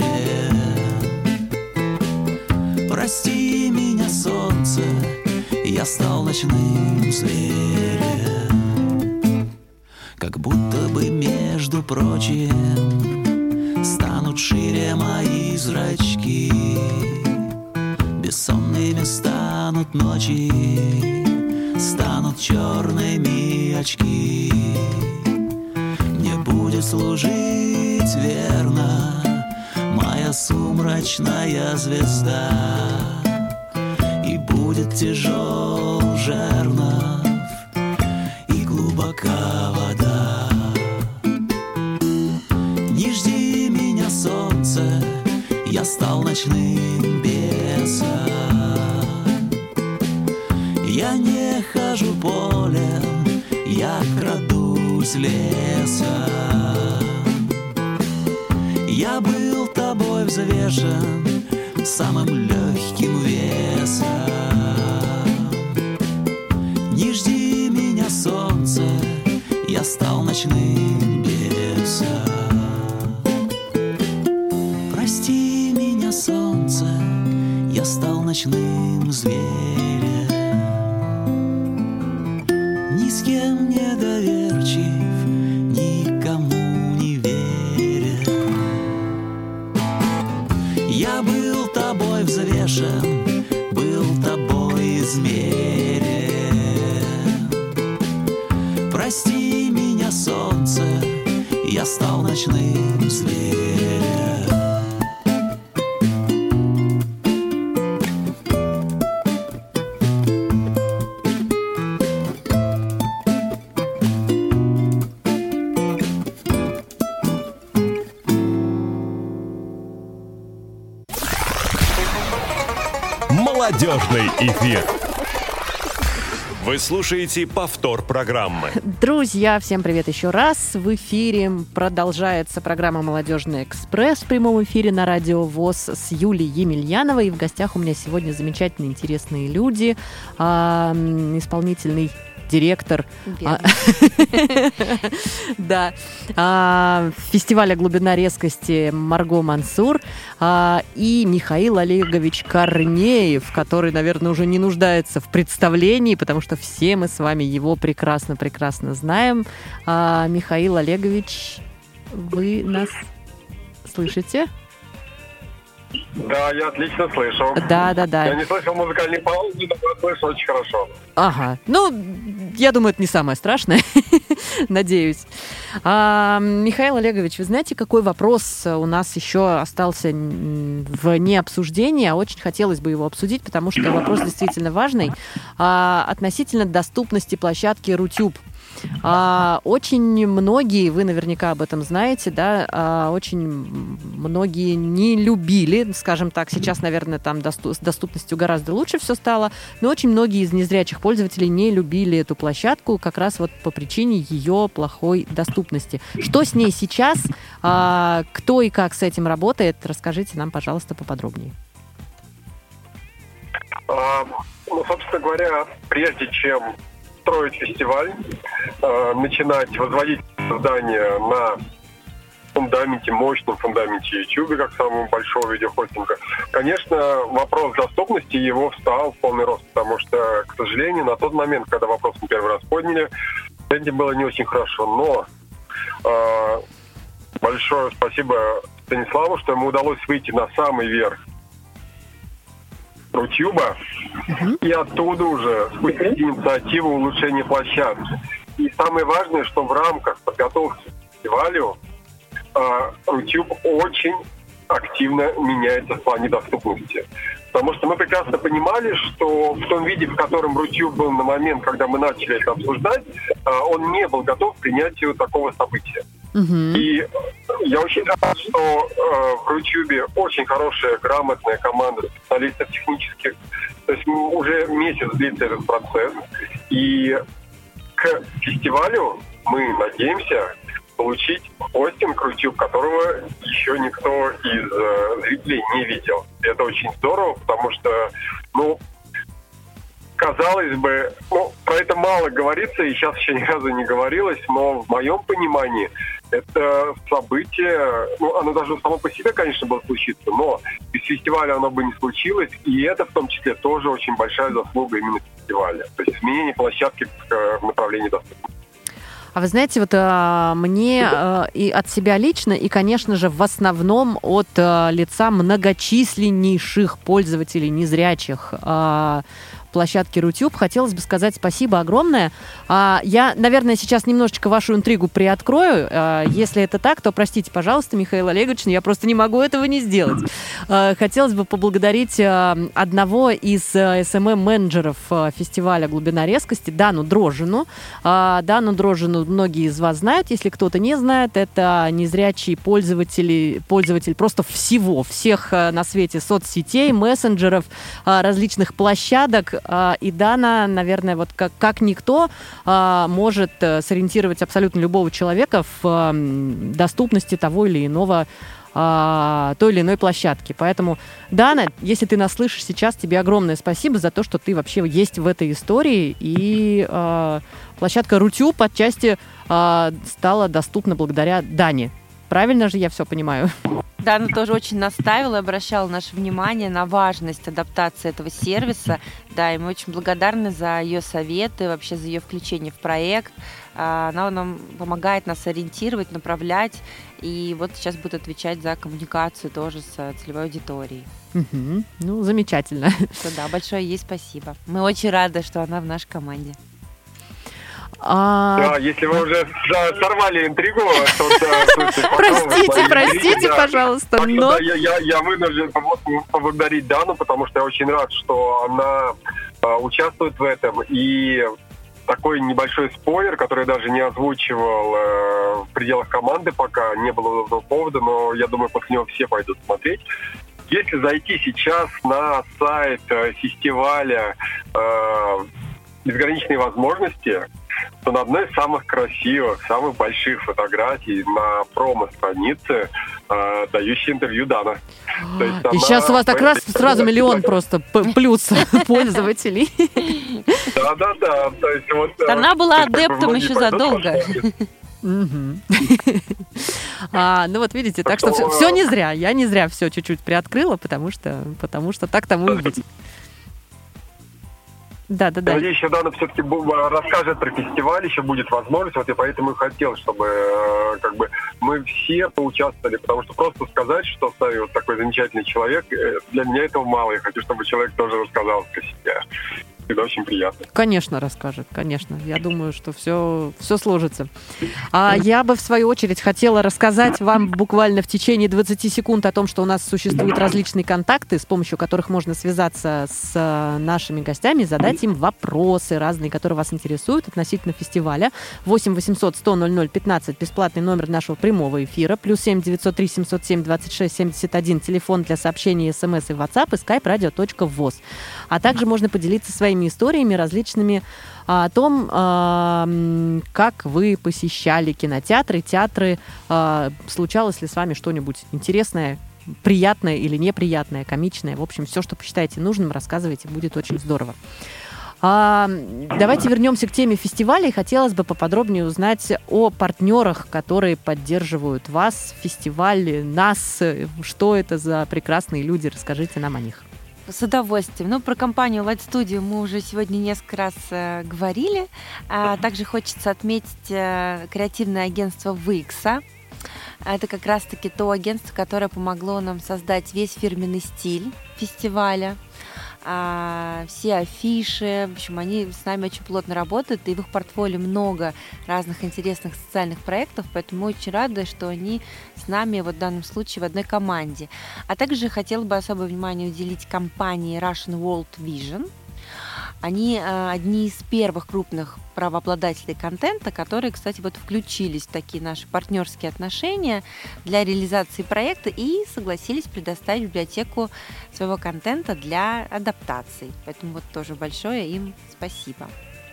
[SPEAKER 5] Прости меня, солнце, я стал ночным зверем. Как будто бы, между прочим, станут шире мои зрачки, бессонными станут ночи, станут черными очки. Мне будет служить верно моя сумрачная звезда, и будет тяжел жернов и глубока вода. Не жди меня, солнце, я стал ночным бесом. Я не хожу полем, я крадусь лесом. Я был тобой взвешен самым легким весом. Не жди меня, солнце, я стал ночным бесом. Прости меня, солнце, я стал ночным зверем, ни с кем не доверчив, никому не веря. Я был тобой взвешен, был тобой измерен. Прости меня, солнце, я стал ночным зверем.
[SPEAKER 1] Молодежный эфир. Вы слушаете повтор программы.
[SPEAKER 2] Друзья, всем привет еще раз. В эфире продолжается программа «Молодежный экспресс» в прямом эфире на радио ВОС с Юлией Емельяновой. И в гостях у меня сегодня замечательные, интересные люди. Исполнительный директор фестиваля «Глубина резкости» Марго Мансур и Михаил Олегович Корнеев, который, наверное, уже не нуждается в представлении, потому что все мы с вами его прекрасно знаем. Михаил Олегович, вы нас слышите?
[SPEAKER 3] Да, я отлично слышу.
[SPEAKER 2] Да.
[SPEAKER 3] Я не слышал музыкальной паузы, но я слышу очень хорошо.
[SPEAKER 2] Ага. Ну, я думаю, это не самое страшное. Надеюсь. Михаил Олегович, вы знаете, какой вопрос у нас еще остался вне обсуждения? Очень хотелось бы его обсудить, потому что вопрос действительно важный. Относительно доступности площадки Рутюб. Очень многие, вы наверняка об этом знаете, да, очень многие не любили, скажем так, сейчас, наверное, там с доступностью гораздо лучше все стало, но очень многие из незрячих пользователей не любили эту площадку как раз вот по причине ее плохой доступности. Что с ней сейчас, кто и как с этим работает, расскажите нам, пожалуйста, поподробнее.
[SPEAKER 3] Собственно говоря, прежде чем строить фестиваль, начинать возводить здание на фундаменте, мощном фундаменте YouTube, как самого большого видеохостинга, конечно, вопрос доступности его встал в полный рост, потому что, к сожалению, на тот момент, когда вопрос мы первый раз подняли, с этим было не очень хорошо. Но большое спасибо Станиславу, что ему удалось выйти на самый верх Рутюба, и оттуда уже спустить инициативу улучшения площадки. И самое важное, что в рамках подготовки к фестивалю Рутюб очень активно меняется в плане доступности. Потому что мы прекрасно понимали, что в том виде, в котором Рутюб был на момент, когда мы начали это обсуждать, он не был готов к принятию такого события. И я очень рад, что в Рутюбе очень хорошая, грамотная команда специалистов технических. То есть уже месяц длится этот процесс. И к фестивалю мы надеемся получить хостинг Рутюб, которого еще никто из зрителей не видел. И это очень здорово, потому что, казалось бы, про это мало говорится, и сейчас еще ни разу не говорилось, но в моем понимании это событие, оно даже само по себе, конечно, было случиться, но без фестиваля оно бы не случилось, и это в том числе тоже очень большая заслуга именно фестиваля. То есть изменение площадки в направлении доступности.
[SPEAKER 2] А вы знаете, вот мне и от себя лично, и, конечно же, в основном от лица многочисленнейших пользователей незрячих площадки Рутюб хотелось бы сказать спасибо огромное. Я, наверное, сейчас немножечко вашу интригу приоткрою. Если это так, то простите, пожалуйста, Михаил Олегович, но я просто не могу этого не сделать. Хотелось бы поблагодарить одного из SMM-менеджеров фестиваля «Глубина резкости», Дану Дрожжину. Дану Дрожжину многие из вас знают. Если кто-то не знает, это незрячий пользователь просто всех на свете соцсетей, мессенджеров, различных площадок. И Дана, наверное, вот как никто может сориентировать абсолютно любого человека в доступности того или иного той или иной площадки. Поэтому, Дана, если ты нас слышишь сейчас, тебе огромное спасибо за то, что ты вообще есть в этой истории. И площадка Рутюб отчасти стала доступна благодаря Дане. Правильно же я все понимаю?
[SPEAKER 4] Дана тоже очень настаивала и обращала наше внимание на важность адаптации этого сервиса. Да, и мы очень благодарны за ее советы, вообще за ее включение в проект. Она нам помогает нас ориентировать, направлять. И вот сейчас будет отвечать за коммуникацию тоже с целевой аудиторией.
[SPEAKER 2] Угу. Ну, замечательно.
[SPEAKER 4] Да, большое ей спасибо. Мы очень рады, что она в нашей команде.
[SPEAKER 3] Да, если вы уже сорвали интригу, то...
[SPEAKER 2] Простите, пожалуйста, но...
[SPEAKER 3] Я вынужден поблагодарить Дану, потому что я очень рад, что она участвует в этом. И такой небольшой спойлер, который я даже не озвучивал в пределах команды, пока не было удобного повода, но я думаю, после него все пойдут смотреть. Если зайти сейчас на сайт фестиваля «Безграничные возможности», то на одной из самых красивых, самых больших фотографий на промо-странице дающий интервью Дана.
[SPEAKER 2] И сейчас у вас так раз сразу миллион просто плюс пользователей.
[SPEAKER 3] Да.
[SPEAKER 4] Она была адептом еще задолго.
[SPEAKER 2] Ну вот видите, так что все не зря. Я не зря все чуть-чуть приоткрыла, потому что так тому и быть. Да.
[SPEAKER 3] Надеюсь, что Дана все-таки расскажет про фестиваль, еще будет возможность, вот я поэтому и хотел, чтобы мы все поучаствовали, потому что просто сказать, что вот такой замечательный человек, для меня этого мало, я хочу, чтобы человек тоже рассказал про себя. Это очень приятно.
[SPEAKER 2] Конечно, расскажет, конечно. Я думаю, что все сложится. А я бы, в свою очередь, хотела рассказать вам буквально в течение 20 секунд о том, что у нас существуют различные контакты, с помощью которых можно связаться с нашими гостями, задать им вопросы разные, которые вас интересуют относительно фестиваля. 8 800 100 00 15, бесплатный номер нашего прямого эфира, +7 903 707 26 71, телефон для сообщений, смс и WhatsApp, и skype radio.voz. А также можно поделиться своими историями различными о том, как вы посещали кинотеатры, театры, случалось ли с вами что-нибудь интересное, приятное или неприятное, комичное. В общем, все, что посчитаете нужным, рассказывайте, будет очень здорово. Давайте вернемся к теме фестиваля. И хотелось бы поподробнее узнать о партнерах, которые поддерживают вас, фестиваль, нас. Что это за прекрасные люди? Расскажите нам о них.
[SPEAKER 4] С удовольствием. Про компанию Light Studio мы уже сегодня несколько раз говорили. Также хочется отметить креативное агентство Викса. Это как раз-таки то агентство, которое помогло нам создать весь фирменный стиль фестиваля. Все афиши, в общем, они с нами очень плотно работают, и в их портфолио много разных интересных социальных проектов, поэтому мы очень рады, что они с нами в данном случае в одной команде. А также хотела бы особое внимание уделить компании Russian World Vision. Они одни из первых крупных правообладателей контента, которые, кстати, включились в такие наши партнерские отношения для реализации проекта и согласились предоставить библиотеку своего контента для адаптаций. Поэтому тоже большое им спасибо.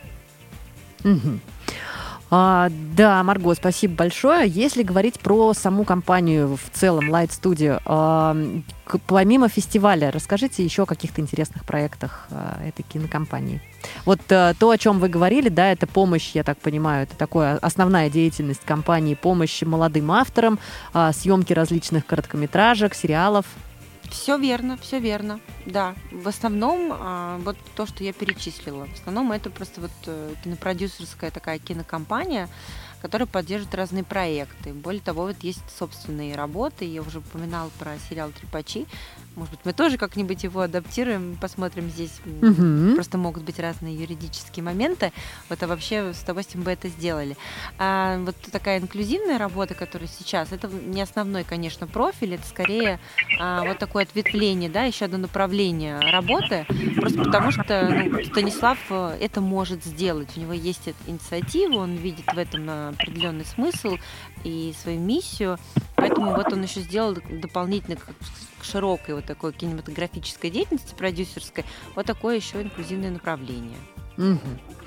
[SPEAKER 2] Да, Марго, спасибо большое. Если говорить про саму компанию в целом, Light Studio, помимо фестиваля, расскажите еще о каких-то интересных проектах этой кинокомпании. Вот то, о чем вы говорили, да, это помощь, я так понимаю, это такая основная деятельность компании, помощь молодым авторам, съемки различных короткометражек, сериалов.
[SPEAKER 4] Все верно, да. В основном вот то, что я перечислила. В основном это просто кинопродюсерская такая кинокомпания, которая поддерживает разные проекты. Более того, есть собственные работы. Я уже упоминала про сериал «Трепачи». Может быть, мы тоже как-нибудь его адаптируем, посмотрим здесь. Просто могут быть разные юридические моменты. А вообще с удовольствием бы это сделали. Вот такая инклюзивная работа, которая сейчас, это не основной, конечно, профиль, это скорее вот такое ответвление, да, еще одно направление работы, просто потому что Станислав это может сделать. У него есть эта инициатива, он видит в этом определенный смысл и свою миссию. Поэтому он еще сделал дополнительно к широкой такой кинематографической деятельности, продюсерской, такое еще инклюзивное направление.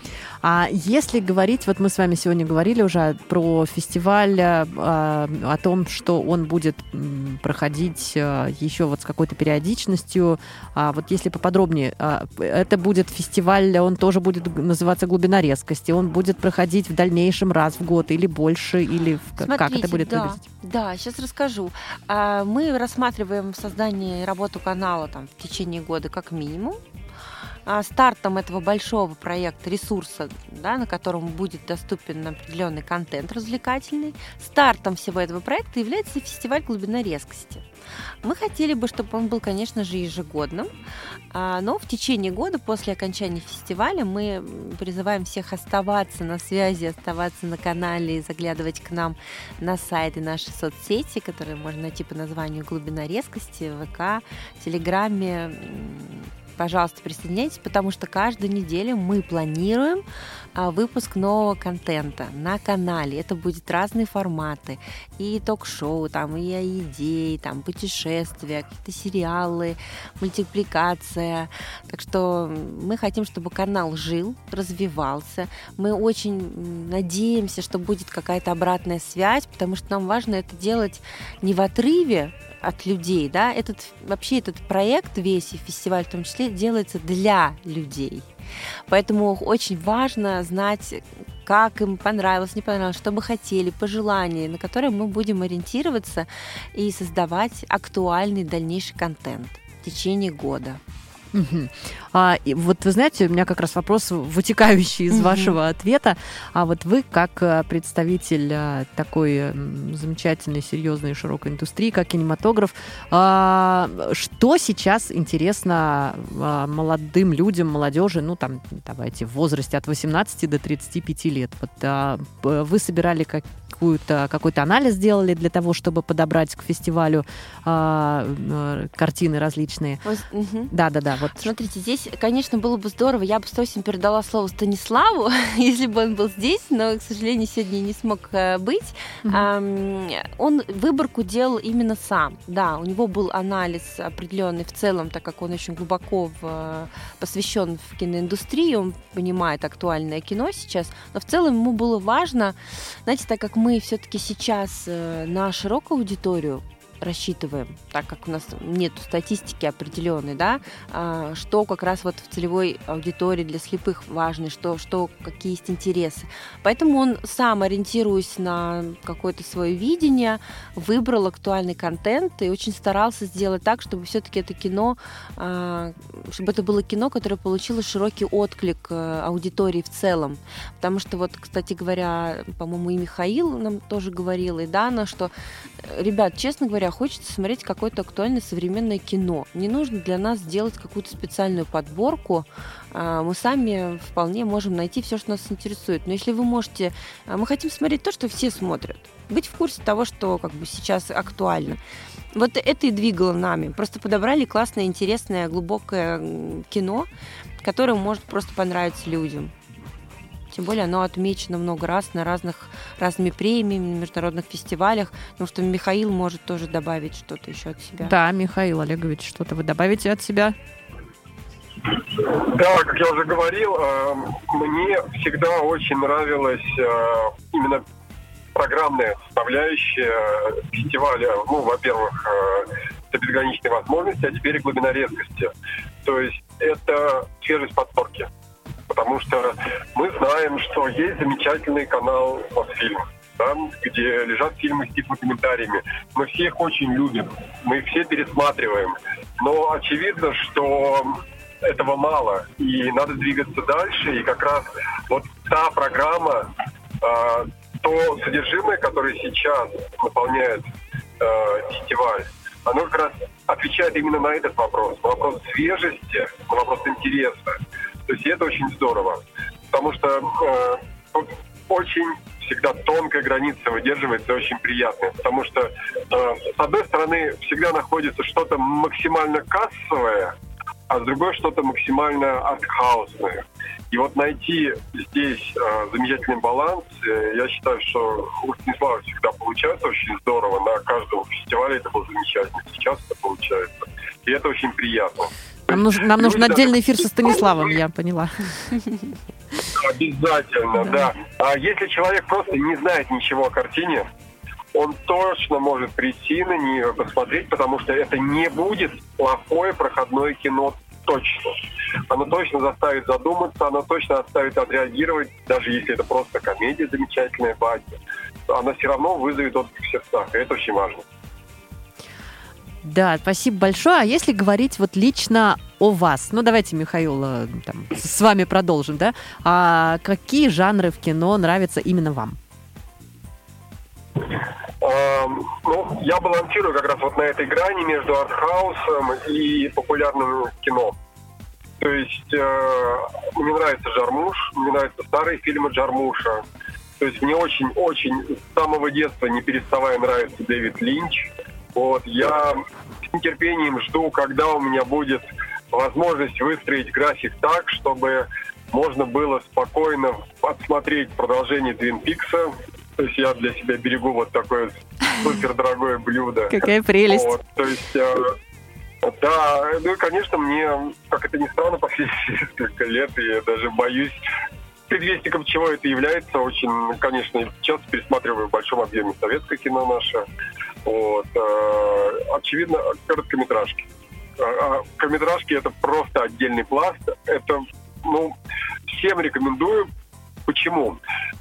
[SPEAKER 2] А если говорить, вот мы с вами сегодня говорили уже про фестиваль, о том, что он будет проходить еще вот с какой-то периодичностью. Вот если поподробнее, это будет фестиваль, он тоже будет называться «Глубина резкости», он будет проходить в дальнейшем раз в год или больше, или
[SPEAKER 4] Смотрите,
[SPEAKER 2] как это будет выглядеть?
[SPEAKER 4] Да, сейчас расскажу. Мы рассматриваем создание и работу канала там, в течение года как минимум. Стартом этого большого проекта, ресурса, да, на котором будет доступен определенный контент развлекательный, стартом всего этого проекта является фестиваль «Глубина резкости». Мы хотели бы, чтобы он был, конечно же, ежегодным, но в течение года, после окончания фестиваля, мы призываем всех оставаться на связи, оставаться на канале и заглядывать к нам на сайт и наши соцсети, которые можно найти по названию «Глубина резкости», ВК, Телеграме. Пожалуйста, присоединяйтесь, потому что каждую неделю мы планируем выпуск нового контента на канале. Это будут разные форматы. И ток-шоу, там, и о еде, и, там, путешествия, какие-то сериалы, мультипликация. Так что мы хотим, чтобы канал жил, развивался. Мы очень надеемся, что будет какая-то обратная связь, потому что нам важно это делать не в отрыве от людей, да, этот проект весь и фестиваль в том числе делается для людей. Поэтому очень важно знать, как им понравилось, не понравилось, что бы хотели, пожелания, на которые мы будем ориентироваться и создавать актуальный дальнейший контент в течение года.
[SPEAKER 2] И вот вы знаете, у меня как раз вопрос, вытекающий из вашего ответа. А вот вы, как представитель такой замечательной, серьезной, широкой индустрии, как кинематограф, что сейчас интересно молодым людям, молодежи, ну там, давайте, в возрасте от 18 до 35 лет? Вот, вы собирали какой-то анализ сделали для того, чтобы подобрать к фестивалю картины различные? Да. Вот.
[SPEAKER 4] Смотрите, здесь, конечно, было бы здорово, я бы с удовольствием передала слово Станиславу, если бы он был здесь, но, к сожалению, сегодня не смог быть. Он выборку делал именно сам. Да, у него был анализ определенный в целом, так как он очень глубоко посвящен в киноиндустрии, он понимает актуальное кино сейчас, но в целом ему было важно, знаете, так как мы все-таки сейчас на широкую аудиторию рассчитываем, так как у нас нет статистики определенной, да, что как раз вот в целевой аудитории для слепых важно, что какие есть интересы. Поэтому он сам, ориентируясь на какое-то свое видение, выбрал актуальный контент и очень старался сделать так, чтобы все-таки это кино, чтобы это было кино, которое получило широкий отклик аудитории в целом. Потому что вот, кстати говоря, по-моему, и Михаил нам тоже говорил, и Дана, что, ребят, честно говоря, хочется смотреть какое-то актуальное современное кино. Не нужно для нас делать какую-то специальную подборку. Мы сами вполне можем найти все, что нас интересует. Но если вы можете... Мы хотим смотреть то, что все смотрят. Быть в курсе того, что как бы сейчас актуально. Вот это и двигало нами. Просто подобрали классное, интересное, глубокое кино, которое может просто понравиться людям. Тем более оно отмечено много раз на разными премиями, на международных фестивалях. Потому что Михаил может тоже добавить что-то еще от себя.
[SPEAKER 2] Да, Михаил Олегович, что-то вы добавите от себя?
[SPEAKER 3] Да, как я уже говорил, мне всегда очень нравилась именно программная составляющая фестиваля. Ну, во-первых, это безграничные возможности, а теперь и глубина резкости. То есть это свежесть подборки. Потому что мы знаем, что есть замечательный канал «Мосфильм», да, где лежат фильмы с тифлокомментариями. Мы все их очень любим, мы их все пересматриваем. Но очевидно, что этого мало, и надо двигаться дальше. И как раз вот та программа, то содержимое, которое сейчас наполняет фестиваль, оно как раз отвечает именно на этот вопрос. На вопрос свежести, на вопрос интереса. То есть это очень здорово, потому что очень всегда тонкая граница выдерживается, очень приятно. Потому что, с одной стороны, всегда находится что-то максимально кассовое, а с другой что-то максимально артхаусное. И вот найти здесь замечательный баланс, я считаю, что у Станислава всегда получается очень здорово. На каждом фестивале это было замечательно. Сейчас это получается. И это очень приятно.
[SPEAKER 2] Нам нужен отдельный эфир со Станиславом, я поняла.
[SPEAKER 3] Обязательно, да. А если человек просто не знает ничего о картине, он точно может прийти на нее, посмотреть, потому что это не будет плохое проходное кино точно. Оно точно заставит задуматься, оно точно заставит отреагировать, даже если это просто комедия замечательная, батя. Она все равно вызовет отклик в сердцах, и это очень важно.
[SPEAKER 2] Да, спасибо большое. А если говорить вот лично о вас, ну давайте, Михаил, с вами продолжим, да? А какие жанры в кино нравятся именно вам?
[SPEAKER 3] Я балансирую как раз вот на этой грани между артхаусом и популярным кино. То есть мне нравится Джармуш, мне нравятся старые фильмы Джармуша. То есть мне очень-очень с самого детства, не переставая, нравится Дэвид Линч. Вот, я с нетерпением жду, когда у меня будет возможность выстроить график так, чтобы можно было спокойно отсмотреть продолжение Твин Пикса. То есть я для себя берегу вот такое супердорогое блюдо.
[SPEAKER 2] Какая прелесть.
[SPEAKER 3] Вот, то есть, да, ну и, конечно, мне, как это ни странно, последние несколько лет, я даже боюсь, предвестником чего это является. Очень, конечно, часто пересматриваю в большом объеме советское кино наше. Вот. Очевидно, короткометражки. Короткометражки — это просто отдельный пласт. Это, всем рекомендую. Почему?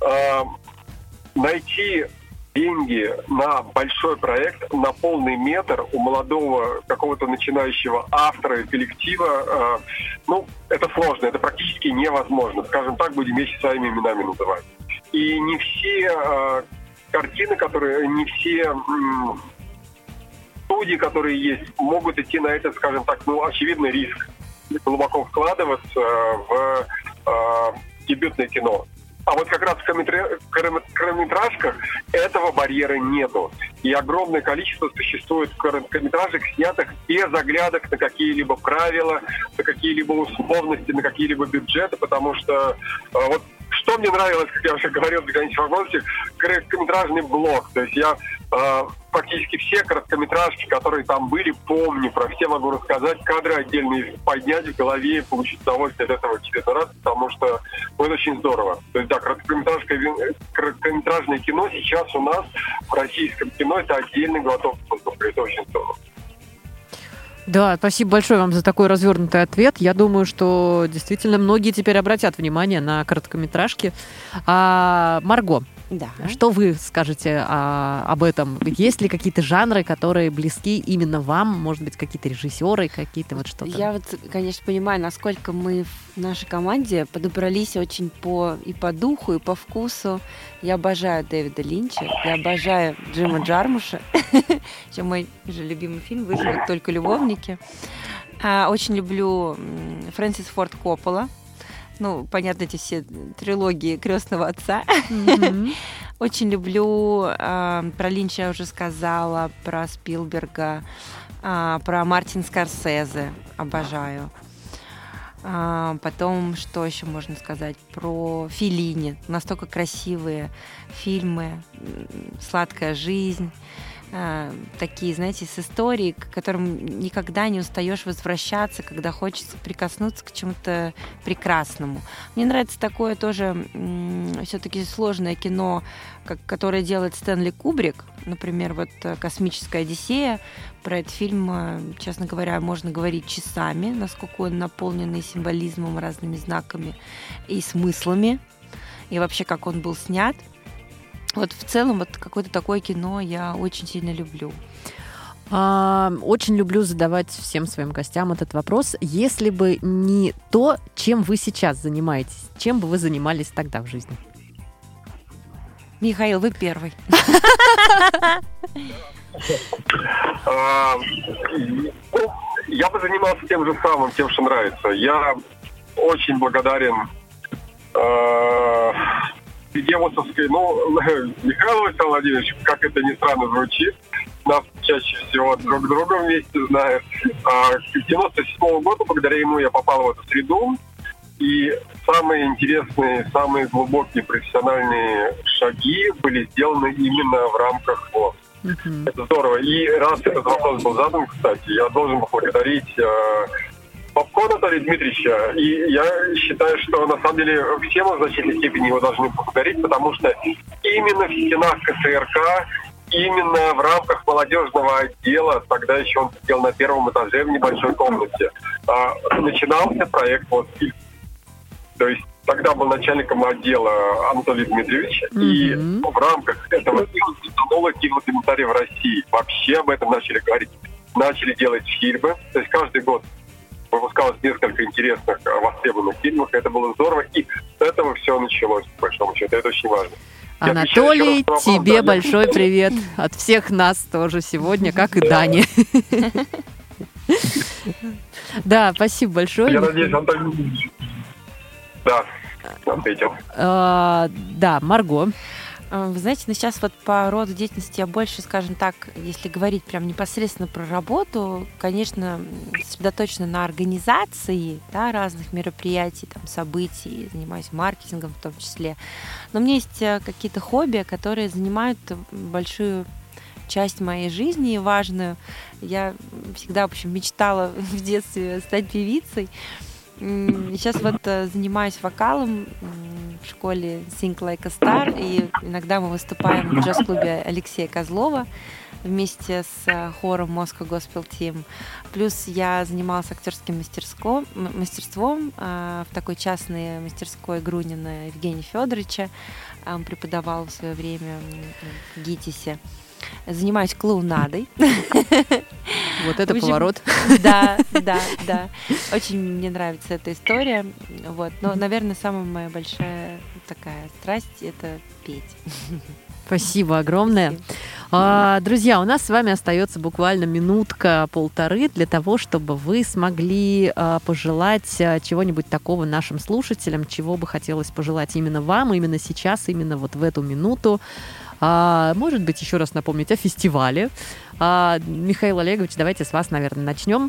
[SPEAKER 3] Найти деньги на большой проект, на полный метр у молодого какого-то начинающего автора и коллектива, это сложно, это практически невозможно. Скажем так, будем вещи своими именами называть. И не все картины, не все студии, которые есть, могут идти на это, скажем так, очевидный риск глубоко вкладываться в дебютное кино. А вот как раз в короткометражках этого барьера нету. И огромное количество существует короткометражек, снятых без оглядок на какие-либо правила, на какие-либо условности, на какие-либо бюджеты, потому что вот что мне нравилось, как я уже говорил в «Границе возможностей», короткометражный блок. То есть я практически все короткометражки, которые там были, помню, про все могу рассказать, кадры отдельные поднять в голове и получить удовольствие от этого очередной раз, потому что это очень здорово. То есть, да, короткометражное кино сейчас у нас в российском кино это отдельный глоток воздуха, это очень здорово.
[SPEAKER 2] Да, спасибо большое вам за такой развернутый ответ. Я думаю, что действительно многие теперь обратят внимание на короткометражки. Марго,
[SPEAKER 4] да.
[SPEAKER 2] Что вы скажете об этом? Есть ли какие-то жанры, которые близки именно вам? Может быть, какие-то режиссеры, какие-то вот что-то?
[SPEAKER 4] Я конечно, понимаю, насколько мы в нашей команде подобрались очень по духу, и по вкусу. Я обожаю Дэвида Линча, я обожаю Джима Джармуша. Еще мой же любимый фильм «Выживут только любовники». Очень люблю Фрэнсис Форд Коппола. Понятно, эти все трилогии «Крестного отца». Очень люблю, про Линча я уже сказала, про Спилберга, про Мартин Скорсезе обожаю. Потом, что еще можно сказать? Про Феллини. Настолько красивые фильмы. «Сладкая жизнь». Такие, знаете, с историей, к которым никогда не устаешь возвращаться, когда хочется прикоснуться к чему-то прекрасному. Мне нравится такое тоже все-таки сложное кино, которое делает Стэнли Кубрик. Например, вот «Космическая Одиссея». Про этот фильм, честно говоря, можно говорить часами, насколько он наполненный символизмом, разными знаками и смыслами, и вообще, как он был снят. Вот в целом вот какое-то такое кино я очень сильно люблю.
[SPEAKER 2] Очень люблю задавать всем своим гостям этот вопрос. Если бы не то, чем вы сейчас занимаетесь, чем бы вы занимались тогда в жизни?
[SPEAKER 4] Михаил, вы первый.
[SPEAKER 3] Я бы занимался тем же самым, тем, что нравится. Я очень благодарен Демусовской, Михаилу Владимировичу, как это ни странно звучит, нас чаще всего друг друга вместе знают. С 97 года, благодаря ему, я попал в эту среду, и самые интересные, самые глубокие профессиональные шаги были сделаны именно в рамках ВОЗ. Это здорово. И раз этот вопрос был задан, кстати, я должен поблагодарить Попко Анатолия Дмитриевича, и я считаю, что на самом деле все мы в значительной степени его должны поблагодарить, потому что именно в стенах КСРК, именно в рамках молодежного отдела, тогда еще он сидел на первом этаже в небольшой комнате, начинался проект «Вот фильм». То есть тогда был начальником отдела Анатолий Дмитриевич, и в рамках этого фильма стало кинокомментарий в России. Вообще об этом начали говорить. Начали делать фильмы. То есть каждый год выпускалось несколько интересных, востребованных фильмов. Это было здорово. И с этого все началось, по большому счету. Это очень важно.
[SPEAKER 2] Анатолий, тебе большой привет от всех нас тоже сегодня, как и Дани. Да, спасибо большое.
[SPEAKER 3] Я надеюсь, Анатолий... Да, ответил.
[SPEAKER 2] Да, Марго.
[SPEAKER 4] Вы знаете, сейчас вот по роду деятельности я больше, скажем так, если говорить прям непосредственно про работу, конечно, сосредоточена на организации, да, разных мероприятий, там, событий, занимаюсь маркетингом в том числе. Но у меня есть какие-то хобби, которые занимают большую часть моей жизни, важную. Я всегда, в общем, мечтала в детстве стать певицей. Сейчас вот занимаюсь вокалом в школе Sing Like a Star, и иногда мы выступаем в джаз-клубе Алексея Козлова вместе с хором Moscow Gospel Team. Плюс я занималась актерским мастерством в такой частной мастерской Грунина Евгения Федоровича. Он преподавал в свое время в ГИТИСе. Занимаюсь клоунадой.
[SPEAKER 2] Вот это поворот.
[SPEAKER 4] Да. Очень мне нравится эта история. Вот. Но, наверное, самая моя большая такая страсть — это петь.
[SPEAKER 2] Спасибо огромное. Друзья, у нас с вами остается буквально минутка-полторы для того, чтобы вы смогли пожелать чего-нибудь такого нашим слушателям, чего бы хотелось пожелать именно вам, именно сейчас, именно вот в эту минуту. Может быть, еще раз напомнить о фестивале. Михаил Олегович, давайте с вас, наверное, начнем.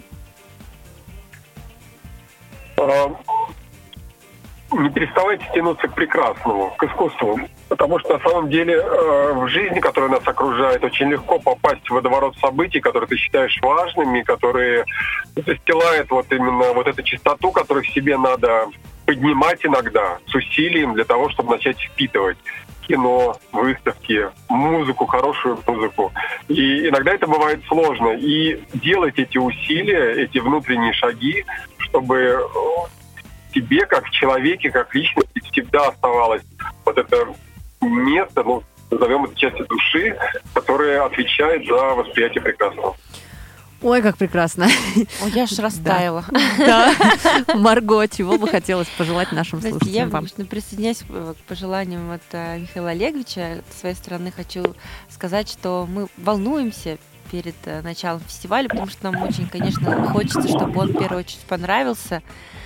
[SPEAKER 3] Не переставайте тянуться к прекрасному, к искусству. Потому что на самом деле в жизни, которая нас окружает, очень легко попасть в водоворот событий, которые ты считаешь важными, которые застилают вот именно вот эту чистоту, которую в себе надо поднимать иногда с усилием для того, чтобы начать впитывать кино, выставки, музыку, хорошую музыку. И иногда это бывает сложно. И делать эти усилия, эти внутренние шаги, чтобы тебе, как человеке, как личности, всегда оставалось вот это место, ну, назовем это частью души, которая отвечает за восприятие прекрасного.
[SPEAKER 2] Ой, как прекрасно.
[SPEAKER 4] Ой, я аж растаяла.
[SPEAKER 2] Да. Марго, чего бы хотелось пожелать нашим слушателям?
[SPEAKER 4] Я присоединяюсь к пожеланиям от Михаила Олеговича. С своей стороны хочу сказать, что мы волнуемся перед началом фестиваля, потому что нам очень, конечно, хочется, чтобы он в первую очередь понравился.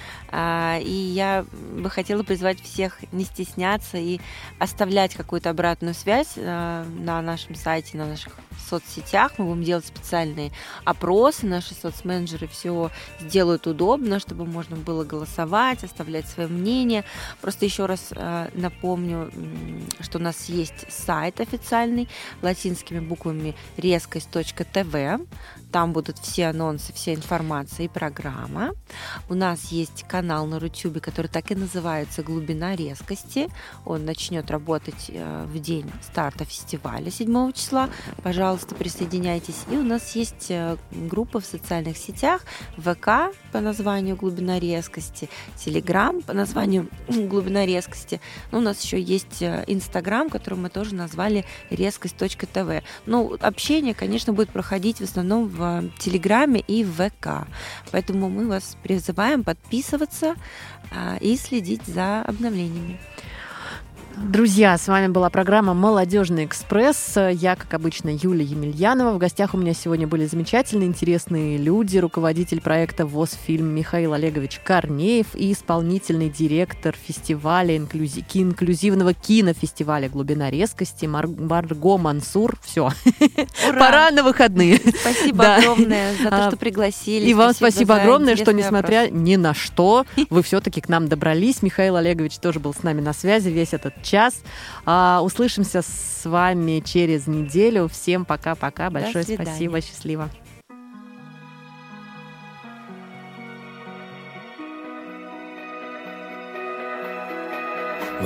[SPEAKER 4] И я бы хотела призвать всех не стесняться и оставлять какую-то обратную связь на нашем сайте, на наших соцсетях. Мы будем делать специальные опросы, наши соцменеджеры все сделают удобно, чтобы можно было голосовать, оставлять свое мнение. Просто еще раз напомню, что у нас есть сайт официальный латинскими буквами резкость.тв. Там будут все анонсы, вся информация и программа. У нас есть канал на Рутюбе, который так и называется «Глубина резкости». Он начнет работать в день старта фестиваля 7 числа. Пожалуйста, присоединяйтесь. И у нас есть группа в социальных сетях: ВК по названию «Глубина резкости», Телеграм по названию «Глубина резкости». Ну, у нас еще есть Инстаграм, который мы тоже назвали резкость.тв. Ну, общение, конечно, будет проходить в основном в Телеграме и в ВК. Поэтому мы вас призываем подписываться и следить за обновлениями.
[SPEAKER 2] Друзья, с вами была программа «Молодежный экспресс». Я, как обычно, Юлия Емельянова. В гостях у меня сегодня были замечательные, интересные люди. Руководитель проекта «ВОС-фильм» Михаил Олегович Корнеев и исполнительный директор фестиваля, инклюзивного кинофестиваля «Глубина резкости» Марго Мансур. Все, пора на выходные.
[SPEAKER 4] Спасибо огромное за то, что пригласили.
[SPEAKER 2] И вам спасибо огромное, что, несмотря ни на что, вы все-таки к нам добрались. Михаил Олегович тоже был с нами на связи весь этот час. Услышимся с вами через неделю. Всем пока-пока. Большое спасибо. Счастливо.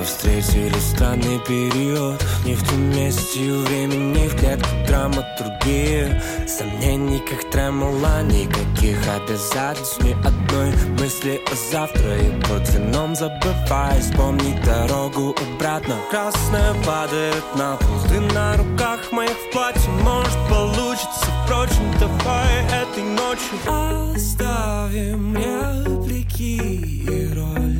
[SPEAKER 6] встретили странный период. Не в том месте и времени, в клетке драматургии. Сомнений, как тремоло, никаких обязательств, ни одной мысли о завтра. И под вином забывай вспомнить дорогу обратно. Красная падает на пол, ты на руках моих в платье. Может получится, впрочем, давай этой ночью оставим реплики и роли.